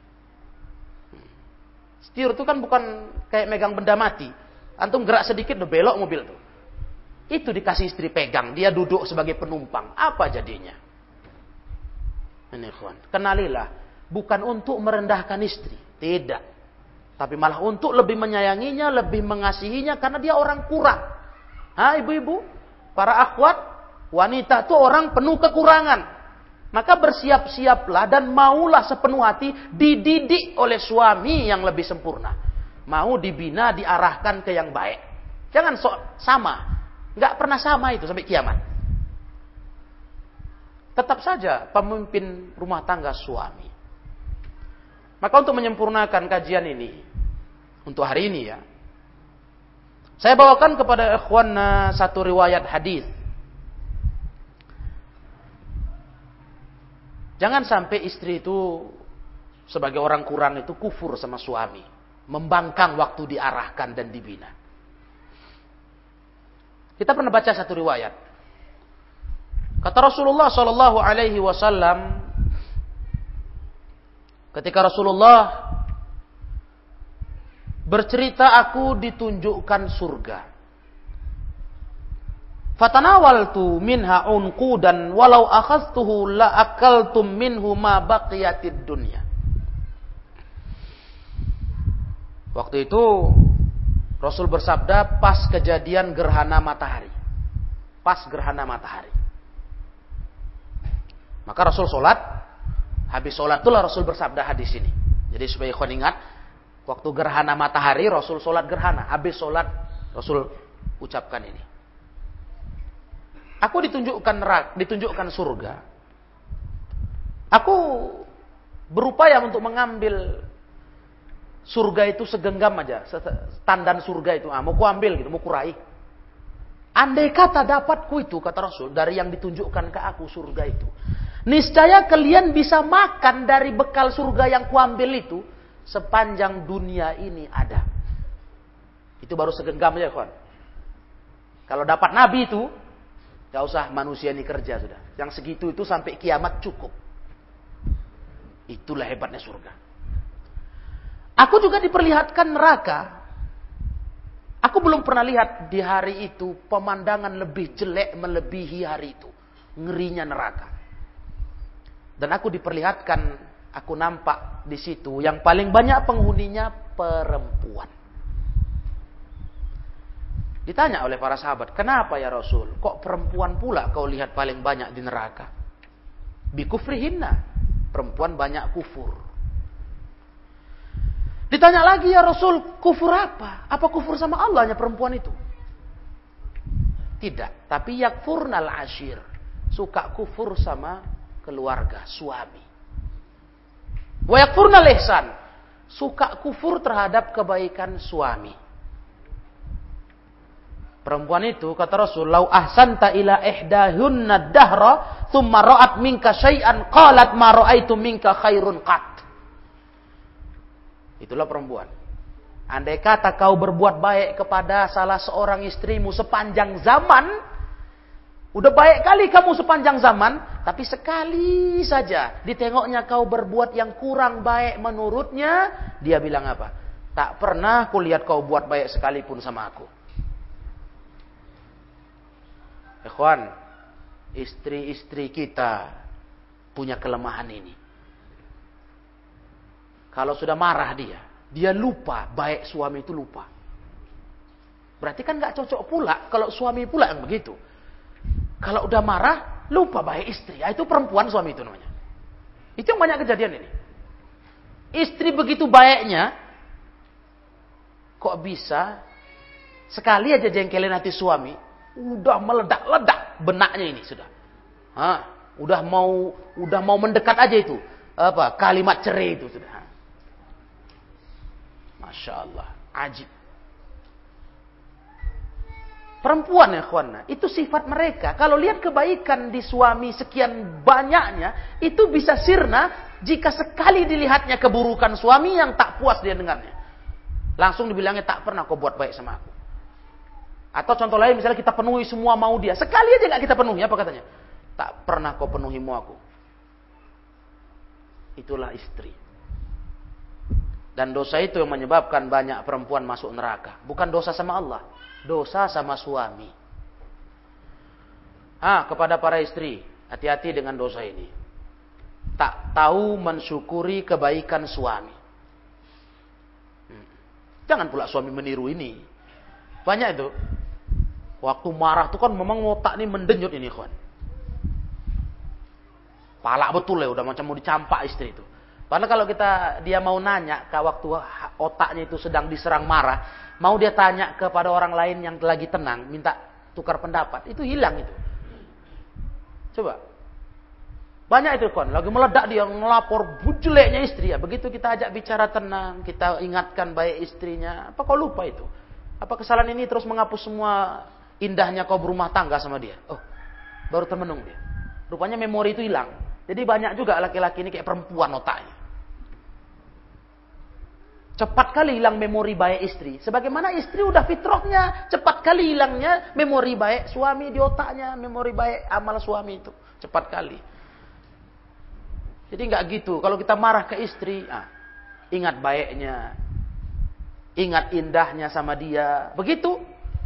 Setir tuh kan bukan kayak megang benda mati. Antum gerak sedikit udah belok mobil tuh. Itu dikasih istri pegang. Dia duduk sebagai penumpang. Apa jadinya? Ini ikhwan. Kenalilah. Bukan untuk merendahkan istri. Tidak. Tapi malah untuk lebih menyayanginya, lebih mengasihinya karena dia orang kurang. Ibu-ibu, para akhwat, wanita itu orang penuh kekurangan. Maka bersiap-siaplah dan maulah sepenuh hati dididik oleh suami yang lebih sempurna. Mau dibina, diarahkan ke yang baik. Jangan sama. Enggak pernah sama itu sampai kiamat. Tetap saja pemimpin rumah tangga suami. Maka untuk menyempurnakan kajian ini, untuk hari ini ya, saya bawakan kepada ikhwan satu riwayat hadis. Jangan sampai istri itu sebagai orang kurang itu kufur sama suami, membangkang waktu diarahkan dan dibina. Kita pernah baca satu riwayat. Kata Rasulullah Shallallahu Alaihi Wasallam, ketika Rasulullah bercerita, aku ditunjukkan surga. Fatanawaltu minha unqudan walau akhadtuhu la akaltum minhu ma baqiyatid dunya. Waktu itu Rasul bersabda pas kejadian gerhana matahari. Pas gerhana matahari. Maka Rasul sholat. Habis sholat itulah Rasul bersabda hadis ini. Jadi supaya ikhwan ingat, waktu gerhana matahari Rasul sholat gerhana. Habis sholat Rasul ucapkan ini. Aku ditunjukkan surga. Aku berupaya untuk mengambil surga itu segenggam aja. Tandan surga itu. Mau ku ambil gitu, mau ku raih. Andai kata dapatku itu, kata Rasul, dari yang ditunjukkan ke aku surga itu. Niscaya kalian bisa makan dari bekal surga yang kuambil itu sepanjang dunia ini ada. Itu baru segenggam aja, kawan. Kalau dapat Nabi itu, gak usah manusia ini kerja sudah. Yang segitu itu sampai kiamat cukup. Itulah hebatnya surga. Aku juga diperlihatkan neraka. Aku belum pernah lihat di hari itu pemandangan lebih jelek melebihi hari itu. Ngerinya neraka. Dan aku diperlihatkan, aku nampak di situ yang paling banyak penghuninya perempuan. Ditanya oleh para sahabat, kenapa ya Rasul? Kok perempuan pula kau lihat paling banyak di neraka? Bikufrihinna, perempuan banyak kufur. Ditanya lagi ya Rasul, kufur apa? Apa kufur sama Allahnya perempuan itu? Tidak, tapi yakfurnal ashir, suka kufur sama keluarga, suami. Wa yakfurnal ihsan, suka kufur terhadap kebaikan suami. Perempuan itu kata Rasul, "Lau ahsanta ila ihdahunna dahra, thumma ra'at minka syai'an qalat ma ra'aitu minka khairun qat." Itulah perempuan. Andai kata kau berbuat baik kepada salah seorang istrimu sepanjang zaman, udah baik kali kamu sepanjang zaman, tapi sekali saja ditengoknya kau berbuat yang kurang baik menurutnya, dia bilang apa? Tak pernah kulihat kau buat baik sekalipun sama aku. Ikhwan, istri-istri kita punya kelemahan ini. Kalau sudah marah dia lupa, baik suami itu lupa. Berarti kan gak cocok pula kalau suami pula yang begitu. Kalau udah marah, lupa baik istri. Itu perempuan suami itu namanya. Itu yang banyak kejadian ini. Istri begitu baiknya, kok bisa sekali aja jengkelin hati suami, udah meledak-ledak benaknya ini sudah. Udah mau mendekat aja itu. Kalimat cerai itu sudah. Masya Allah, ajib. Perempuan ya kawan, itu sifat mereka. Kalau lihat kebaikan di suami sekian banyaknya, itu bisa sirna jika sekali dilihatnya keburukan suami yang tak puas dia dengannya. Langsung dibilangnya, tak pernah kau buat baik sama aku. Atau contoh lain, misalnya kita penuhi semua mau dia. Sekali aja gak kita penuhi, apa katanya? Tak pernah kau penuhi mau aku. Itulah istri. Dan dosa itu yang menyebabkan banyak perempuan masuk neraka. Bukan dosa sama Allah. Dosa sama suami. Kepada para istri, hati-hati dengan dosa ini. Tak tahu mensyukuri kebaikan suami. Jangan pula suami meniru ini. Banyak itu. Waktu marah tuh kan memang otak ini mendenyut ini kawan. Palak betul ya, udah macam mau dicampak istri itu. Padahal kalau dia mau nanya ke waktu otaknya itu sedang diserang marah, mau dia tanya kepada orang lain yang lagi tenang, minta tukar pendapat, itu hilang itu. Coba. Banyak itu kawan, lagi meledak dia ngelapor jeleknya istri ya. Begitu kita ajak bicara tenang, kita ingatkan baik istrinya, apa kau lupa itu? Apa kesalahan ini terus menghapus semua indahnya kau berumah tangga sama dia? Oh, baru termenung dia. Rupanya memori itu hilang. Jadi banyak juga laki-laki ini kayak perempuan otaknya. Cepat kali hilang memori baik istri. Sebagaimana istri udah fitrahnya, cepat kali hilangnya memori baik suami di otaknya, memori baik amal suami itu. Cepat kali. Jadi nggak gitu. Kalau kita marah ke istri, ingat baiknya, ingat indahnya sama dia. Begitu.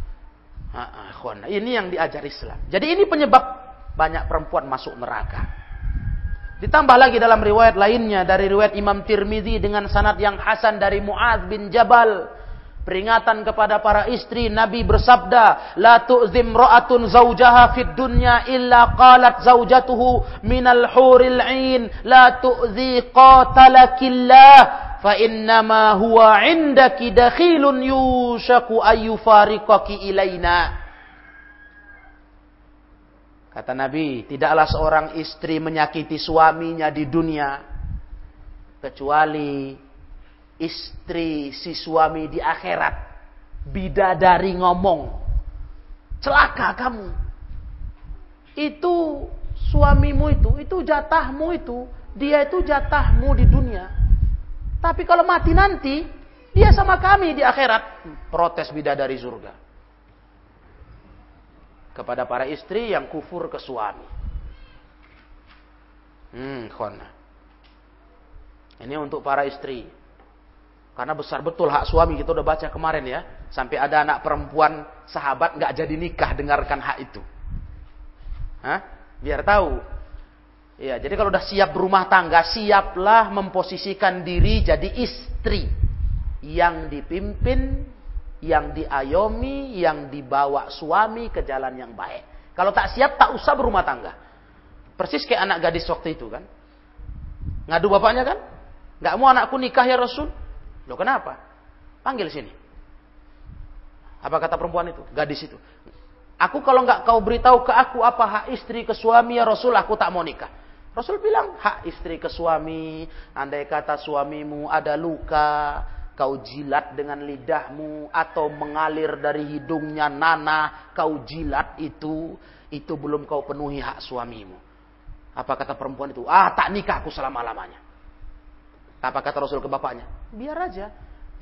Ini yang diajar Islam. Jadi ini penyebab banyak perempuan masuk neraka. Ditambah lagi dalam riwayat lainnya dari riwayat Imam Tirmidzi dengan sanad yang hasan dari Muadz bin Jabal, peringatan kepada para istri, Nabi bersabda, la tu'zim ra'atun zawjaha fid dunya illa qalat zawjatuhu minal huril 'ain la tu'zi qatalakillah fa innama huwa 'indaki dakhilun yushaku ayyufariqaki ilaina. Kata Nabi, tidaklah seorang istri menyakiti suaminya di dunia kecuali istri si suami di akhirat. Bidadari ngomong, celaka kamu. Itu suamimu itu jatahmu itu, dia itu jatahmu di dunia. Tapi kalau mati nanti, dia sama kami di akhirat. Protes bidadari surga. Kepada para istri yang kufur ke suami. Khona. Ini untuk para istri. Karena besar betul hak suami, kita udah baca kemarin ya. Sampai ada anak perempuan sahabat gak jadi nikah dengarkan hak itu. Biar tahu. Ya, jadi kalau udah siap berumah tangga, siaplah memposisikan diri jadi istri. Yang dipimpin, yang diayomi, yang dibawa suami ke jalan yang baik. Kalau tak siap, tak usah berumah tangga. Persis kayak anak gadis waktu itu kan. Ngadu bapaknya kan. Gak mau anakku nikah ya Rasul. Loh kenapa? Panggil sini. Apa kata perempuan itu? Gadis itu. Aku kalau gak kau beritahu ke aku apa hak istri ke suami ya Rasul, aku tak mau nikah. Rasul bilang, hak istri ke suami, andai kata suamimu ada luka, kau jilat dengan lidahmu, atau mengalir dari hidungnya nanah, kau jilat itu belum kau penuhi hak suamimu. Apa kata perempuan itu? Tak nikah aku selama-lamanya. Apa kata Rasul ke bapaknya? Biar aja.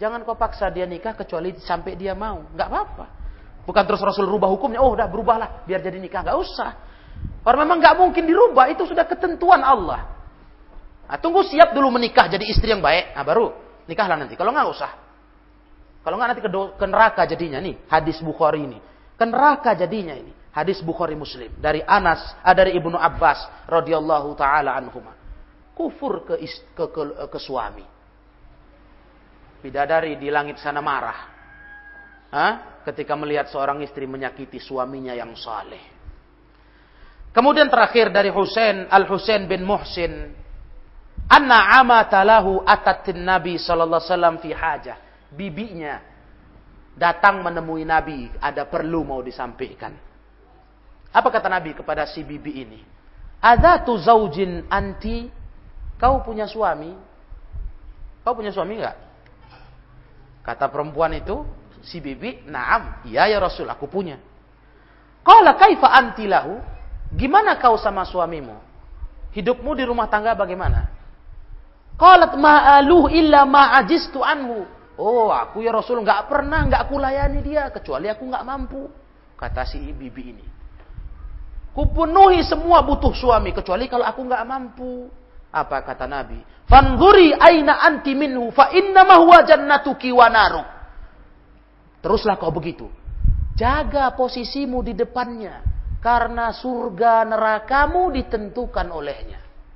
Jangan kau paksa dia nikah kecuali sampai dia mau. Nggak apa-apa. Bukan terus Rasul rubah hukumnya. Oh, udah berubahlah biar jadi nikah. Nggak usah. Karena memang nggak mungkin dirubah. Itu sudah ketentuan Allah. Nah, tunggu siap dulu menikah jadi istri yang baik. Nah, baru nikahlah nanti. Kalau nggak usah. Kalau nggak nanti ke neraka jadinya nih. Hadis Bukhari ini. Ke neraka jadinya ini. Hadis Bukhari Muslim dari dari Ibnu Abbas radhiyallahu taala anhuma. Kufur ke suami. Bidadari di langit sana marah. Ketika melihat seorang istri menyakiti suaminya yang saleh. Kemudian terakhir dari Al-Husain bin Muhsin, anna amatalahu atatin Nabi sallallahu alaihi wasallam fi hajah. Bibinya datang menemui Nabi, ada perlu mau disampaikan. Apa kata Nabi kepada si bibi ini? Adzatu zaujin anti? Kau punya suami? Kau punya suami enggak? Kata perempuan itu, si bibi, "Na'am, iya ya Rasul, aku punya." Qala kaifa anti lahu? Gimana kau sama suamimu? Hidupmu di rumah tangga bagaimana? Qalat ma'aluh illa ma'ajistu anhu. Oh, aku ya Rasul enggak kulayani dia kecuali aku enggak mampu. Kata si bibi ini. Kupenuhi semua butuh suami kecuali kalau aku enggak mampu. Apa kata Nabi? Fanzuri aina anti minhu fa innama huwa jannatuki wa naruk. Teruslah kau begitu. Jaga posisimu di depannya karena surga nerakamu ditentukan olehnya.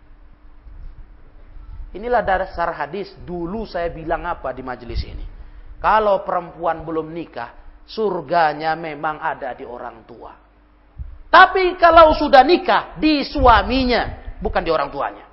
Inilah dasar hadis. Dulu saya bilang apa di majelis ini? Kalau perempuan belum nikah, surganya memang ada di orang tua. Tapi kalau sudah nikah, di suaminya, bukan di orang tuanya.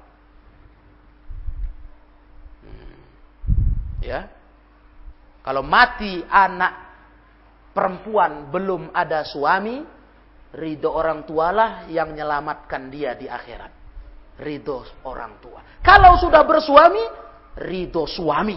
Ya. Kalau mati anak perempuan belum ada suami, ridho orang tualah yang menyelamatkan dia di akhirat. Ridho orang tua. Kalau sudah bersuami, ridho suami.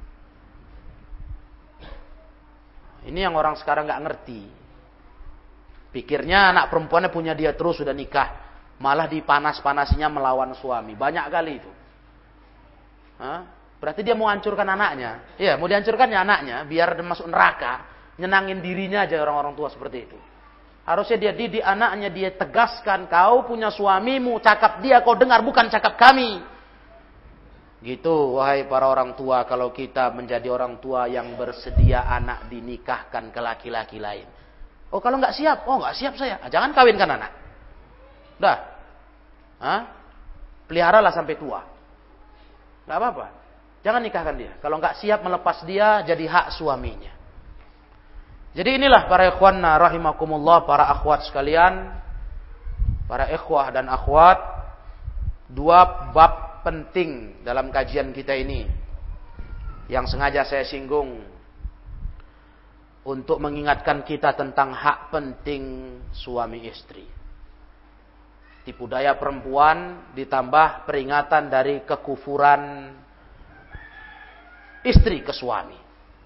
Ini yang orang sekarang nggak ngerti. Pikirnya anak perempuannya punya dia terus sudah nikah. Malah dipanas-panasinya melawan suami. Banyak kali itu. Berarti dia mau hancurkan anaknya. Iya, mau dihancurkannya anaknya. Biar dia masuk neraka. Nyenangin dirinya aja orang-orang tua seperti itu. Harusnya dia didik anaknya. Dia tegaskan. Kau punya suamimu. Cakap dia kau dengar. Bukan cakap kami. Gitu wahai para orang tua. Kalau kita menjadi orang tua yang bersedia anak dinikahkan ke laki-laki lain. Oh kalau nggak siap, nggak siap saya. Jangan kawinkan anak. Udah, peliharalah sampai tua. Nggak apa-apa. Jangan nikahkan dia. Kalau nggak siap melepas dia, jadi hak suaminya. Jadi inilah para ikhwanna rahimakumullah, para akhwat sekalian, para ikhwah dan akhwat, dua bab penting dalam kajian kita ini yang sengaja saya singgung. Untuk mengingatkan kita tentang hak penting suami istri. Tipu daya perempuan ditambah peringatan dari kekufuran istri ke suami.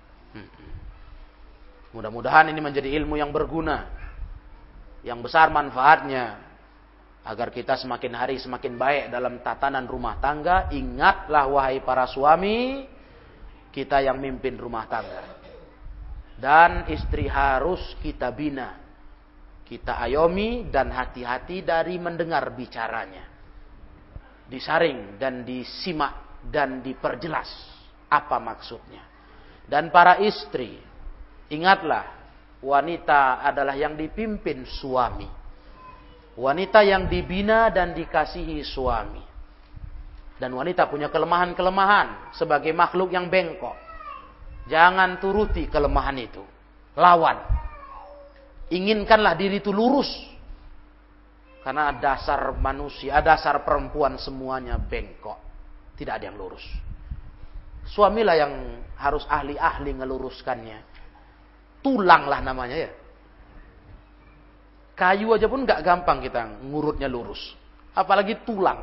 Mudah-mudahan ini menjadi ilmu yang berguna. Yang besar manfaatnya. Agar kita semakin hari semakin baik dalam tatanan rumah tangga. Ingatlah wahai para suami. Kita yang mimpin rumah tangga. Dan istri harus kita bina. Kita ayomi dan hati-hati dari mendengar bicaranya. Disaring dan disimak dan diperjelas apa maksudnya. Dan para istri, ingatlah wanita adalah yang dipimpin suami. Wanita yang dibina dan dikasihi suami. Dan wanita punya kelemahan-kelemahan sebagai makhluk yang bengkok. Jangan turuti kelemahan itu. Lawan. Inginkanlah diri itu lurus. Karena dasar manusia, dasar perempuan semuanya bengkok. Tidak ada yang lurus. Suamilah yang harus ahli-ahli ngeluruskannya. Tulang lah namanya ya. Kayu aja pun gak gampang kita ngurutnya lurus. Apalagi tulang.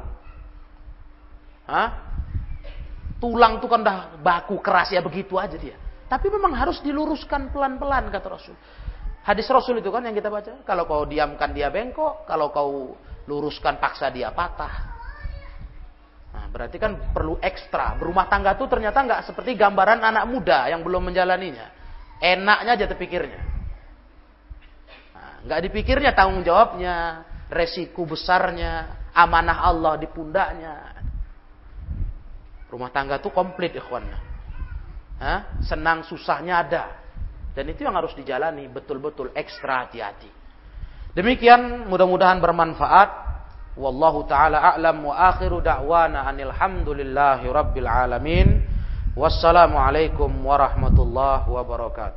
Tulang itu kan dah baku keras ya begitu aja dia. Tapi memang harus diluruskan pelan-pelan kata Rasul. Hadis Rasul itu kan yang kita baca. Kalau kau diamkan dia bengkok. Kalau kau luruskan paksa dia patah. Nah, berarti kan perlu ekstra. Berumah tangga tuh ternyata nggak seperti gambaran anak muda yang belum menjalaninya. Enaknya aja terpikirnya. Nah, nggak dipikirnya tanggung jawabnya, resiko besarnya, amanah Allah di pundaknya. Rumah tangga tuh komplit ikhwan. Senang susahnya ada. Dan itu yang harus dijalani betul-betul ekstra hati-hati. Demikian mudah-mudahan bermanfaat. Wallahu ta'ala a'lam wa akhiru da'wana anil hamdulillahi rabbil alamin. Wassalamualaikum warahmatullahi wabarakatuh.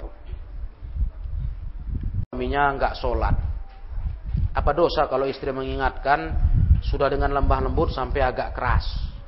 Suaminya enggak sholat. Apa dosa kalau istri mengingatkan sudah dengan lembah lembut sampai agak keras?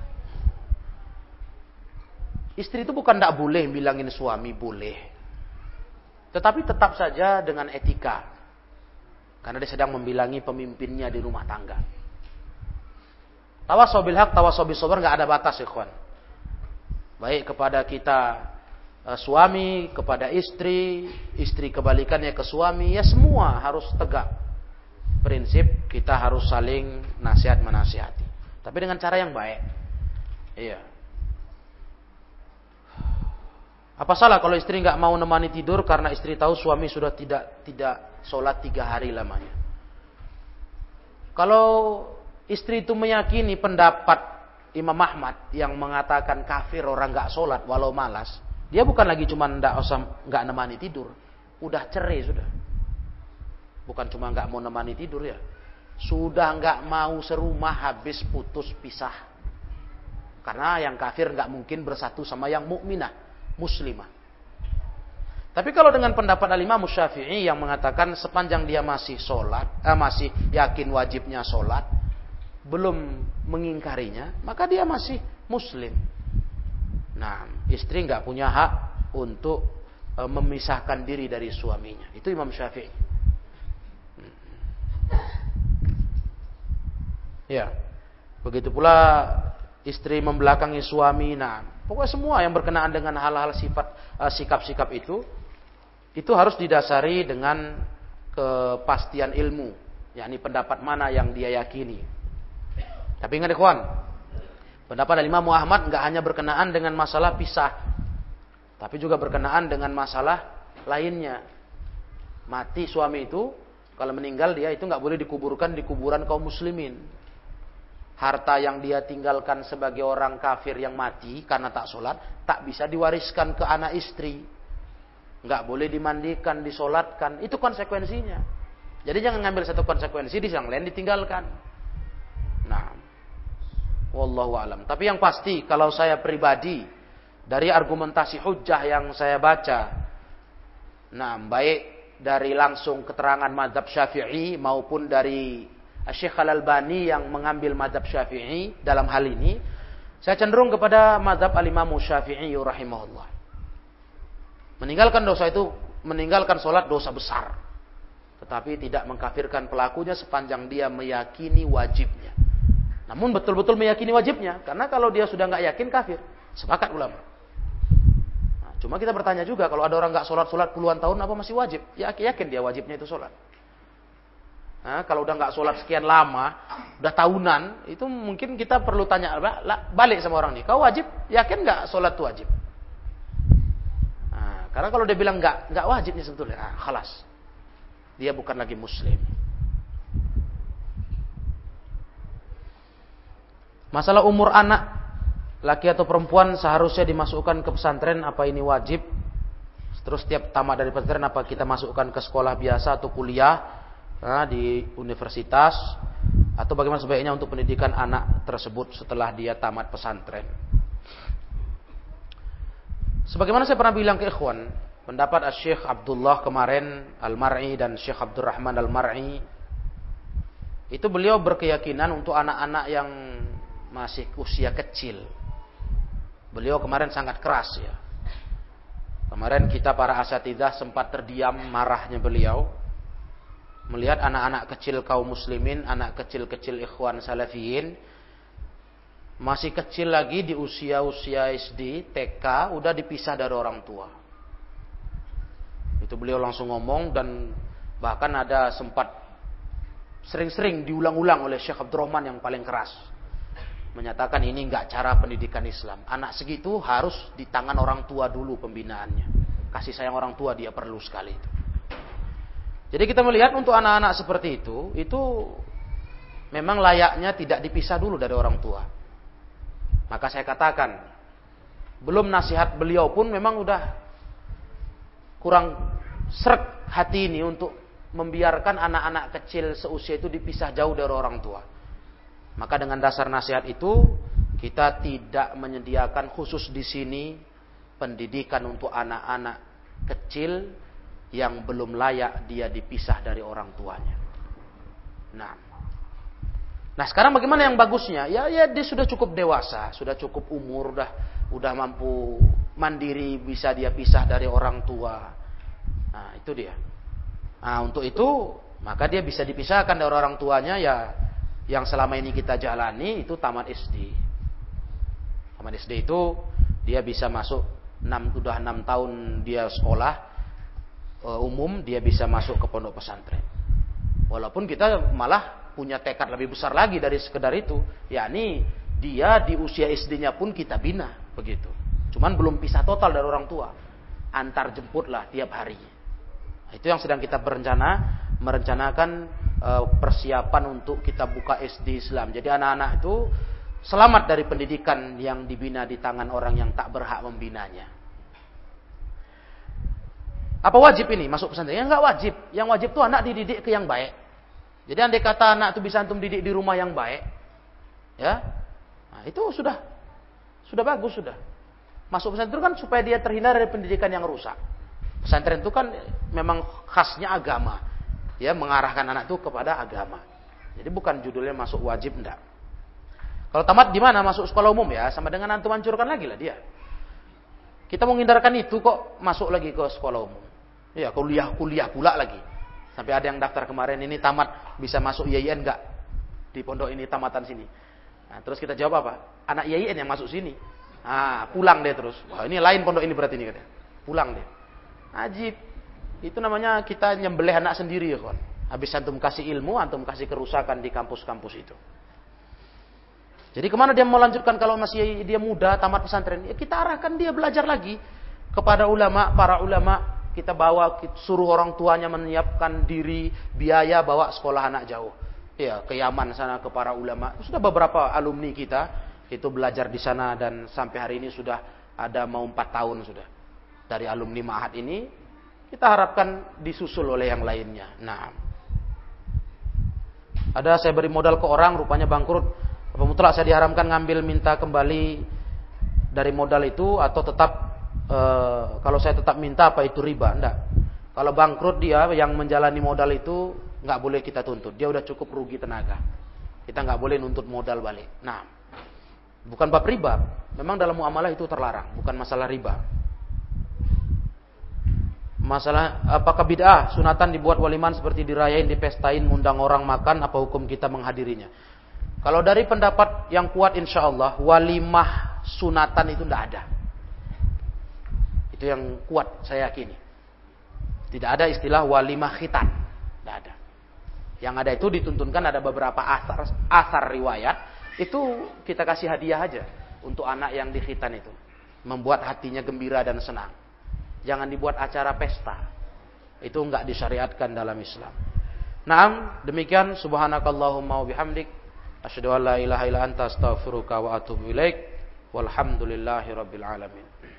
Istri itu bukan enggak boleh bilangin suami, boleh. Tetapi tetap saja dengan etika. Karena dia sedang membilangi pemimpinnya di rumah tangga. Tawasaw bil haq, tawasaw bis sabr, enggak ada batas, ikhwan. Baik kepada kita suami, kepada istri, istri kebalikannya ke suami, ya semua harus tegak. Prinsip kita harus saling nasihat menasihati. Tapi dengan cara yang baik. Iya. Apa salah kalau istri enggak mau nemani tidur karena istri tahu suami sudah tidak sholat 3 hari lamanya? Kalau istri itu meyakini pendapat Imam Ahmad yang mengatakan kafir orang enggak sholat walau malas, dia bukan lagi cuma enggak nemani tidur, udah cerai sudah. Bukan cuma enggak mau nemani tidur ya, sudah enggak mau serumah habis putus pisah. Karena yang kafir enggak mungkin bersatu sama yang mukminah, muslimah. Tapi kalau dengan pendapat Al-Imam Syafi'i yang mengatakan sepanjang dia masih sholat, masih yakin wajibnya sholat, belum mengingkarinya, maka dia masih muslim. Nah, istri nggak punya hak untuk memisahkan diri dari suaminya. Itu Imam Syafi'i. Ya, begitu pula istri membelakangi suami. Nah, pokoknya semua yang berkenaan dengan hal-hal sikap-sikap itu harus didasari dengan kepastian ilmu, yakni pendapat mana yang dia yakini. Tapi ingat ikhwan, pendapat Imam Ahmad enggak hanya berkenaan dengan masalah pisah, tapi juga berkenaan dengan masalah lainnya. Mati suami itu, kalau meninggal dia itu enggak boleh dikuburkan di kuburan kaum muslimin. Harta yang dia tinggalkan sebagai orang kafir yang mati karena tak sholat, tak bisa diwariskan ke anak istri. Enggak boleh dimandikan, disolatkan. Itu konsekuensinya. Jadi jangan ngambil satu konsekuensi, di yang lain ditinggalkan. Nah, wallahu alam. Tapi yang pasti kalau saya pribadi dari argumentasi hujjah yang saya baca, nah baik dari langsung keterangan mazhab Syafi'i maupun dari Syekh Al-Albani yang mengambil mazhab Syafi'i dalam hal ini, saya cenderung kepada mazhab Al-Imam Syafi'i rahimahullah. Meninggalkan dosa itu, meninggalkan sholat dosa besar, tetapi tidak mengkafirkan pelakunya sepanjang dia meyakini wajibnya. Namun betul-betul meyakini wajibnya, karena kalau dia sudah nggak yakin kafir, sepakat ulama. Nah, cuma kita bertanya juga, kalau ada orang nggak sholat puluhan tahun, apa masih wajib? Ya yakin dia wajibnya itu sholat. Nah, kalau udah nggak sholat sekian lama, udah tahunan, itu mungkin kita perlu tanya balik sama orang ini. Kau wajib? Yakin nggak sholat itu wajib? Nah, karena kalau dia bilang nggak wajib nih sebetulnya, khalas, dia bukan lagi muslim. Masalah umur anak, laki atau perempuan seharusnya dimasukkan ke pesantren, apa ini wajib? Terus setiap tamat dari pesantren, apa kita masukkan ke sekolah biasa atau kuliah di universitas? Atau bagaimana sebaiknya untuk pendidikan anak tersebut setelah dia tamat pesantren? Sebagaimana saya pernah bilang ke ikhwan, pendapat Syekh Abdullah kemarin Al-Mar'i dan Syekh Abdurrahman Al-Mar'i, itu beliau berkeyakinan untuk anak-anak yang masih usia kecil. Beliau kemarin sangat keras ya. Kemarin kita para asatidzah sempat terdiam marahnya beliau melihat anak-anak kecil kaum muslimin, anak kecil-kecil ikhwan salafiyin, masih kecil lagi di usia-usia SD, TK, udah dipisah dari orang tua. Itu beliau langsung ngomong, dan bahkan ada sempat sering-sering diulang-ulang oleh Syekh Abdurrahman yang paling keras. menyatakan ini enggak cara pendidikan Islam. Anak segitu harus di tangan orang tua dulu pembinaannya. Kasih sayang orang tua dia perlu sekali itu. Jadi kita melihat untuk anak-anak seperti itu memang layaknya tidak dipisah dulu dari orang tua. Maka saya katakan, belum nasihat beliau pun memang udah kurang sreg hati ini untuk membiarkan anak-anak kecil seusia itu dipisah jauh dari orang tua. Maka dengan dasar nasihat itu, kita tidak menyediakan khusus di sini pendidikan untuk anak-anak kecil yang belum layak dia dipisah dari orang tuanya. Nah sekarang bagaimana yang bagusnya? Ya dia sudah cukup dewasa, sudah cukup umur, udah mampu mandiri, bisa dia pisah dari orang tua. Nah itu dia. Nah untuk itu maka dia bisa dipisahkan dari orang tuanya ya. Yang selama ini kita jalani itu tamat SD. Tamat SD itu dia bisa masuk udah 6 tahun dia sekolah umum, dia bisa masuk ke pondok pesantren. Walaupun kita malah punya tekad lebih besar lagi dari sekedar itu, yakni dia di usia SD-nya pun kita bina begitu. Cuman belum pisah total dari orang tua. Antar jemputlah tiap hari. Itu yang sedang kita merencanakan persiapan untuk kita buka SD Islam. Jadi anak-anak itu selamat dari pendidikan yang dibina di tangan orang yang tak berhak membinanya. Apa wajib ini masuk pesantren? Ya enggak wajib. Yang wajib itu anak dididik ke yang baik. Jadi andai kata anak itu bisa antum didik di rumah yang baik, ya, nah itu sudah bagus sudah. Masuk pesantren itu kan supaya dia terhindar dari pendidikan yang rusak. Pesantren itu kan memang khasnya agama, ya, mengarahkan anak itu kepada agama. Jadi bukan judulnya masuk wajib, enggak. Kalau tamat di mana? Masuk sekolah umum ya, sama dengan antum hancurkan lagi lah dia. Kita menghindarkan itu kok masuk lagi ke sekolah umum. Ya, kuliah pula lagi. Sampai ada yang daftar kemarin ini tamat bisa masuk IAIN enggak? Di pondok ini tamatan sini. Nah, terus kita jawab apa? Anak IAIN yang masuk sini. Ah, pulang deh terus. Wah, ini lain pondok ini berarti ini katanya. Pulang deh. Ajib. Itu namanya kita nyembelih anak sendiri ya, kawan. Habis antum kasih ilmu, antum kasih kerusakan di kampus-kampus itu. Jadi kemana dia mau lanjutkan kalau masih dia muda, tamat pesantren? Ya kita arahkan dia belajar lagi kepada ulama, para ulama. Kita bawa, suruh orang tuanya menyiapkan diri, biaya bawa sekolah anak jauh. Ya, ke Yaman sana ke para ulama. Sudah beberapa alumni kita itu belajar di sana dan sampai hari ini sudah ada mau 4 tahun sudah. Dari alumni Ma'had ini kita harapkan disusul oleh yang lainnya. Nah, ada saya beri modal ke orang rupanya bangkrut. Apa mutlak saya diharamkan ngambil minta kembali dari modal itu atau tetap kalau saya tetap minta apa itu riba? Enggak. Kalau bangkrut dia yang menjalani modal itu enggak boleh kita tuntut. Dia udah cukup rugi tenaga. Kita enggak boleh nuntut modal balik. Nah, bukan bab riba. Memang dalam muamalah itu terlarang, bukan masalah riba. Masalah apakah bid'ah sunatan dibuat waliman seperti dirayain, dipestain, ngundang orang makan, apa hukum kita menghadirinya? Kalau dari pendapat yang kuat insyaallah walimah sunatan itu enggak ada. Itu yang kuat saya yakini. Tidak ada istilah walimah khitan. Tidak ada. Yang ada itu dituntunkan ada beberapa asar riwayat. Itu kita kasih hadiah aja untuk anak yang dikhitan itu. Membuat hatinya gembira dan senang. Jangan dibuat acara pesta. Itu enggak disyariatkan dalam Islam. Naam, demikian subhanakallahumma wa bihamdik asyhadu an la ilaha illa anta astaghfiruka wa atubu ilaik. Walhamdulillahirabbil alamin.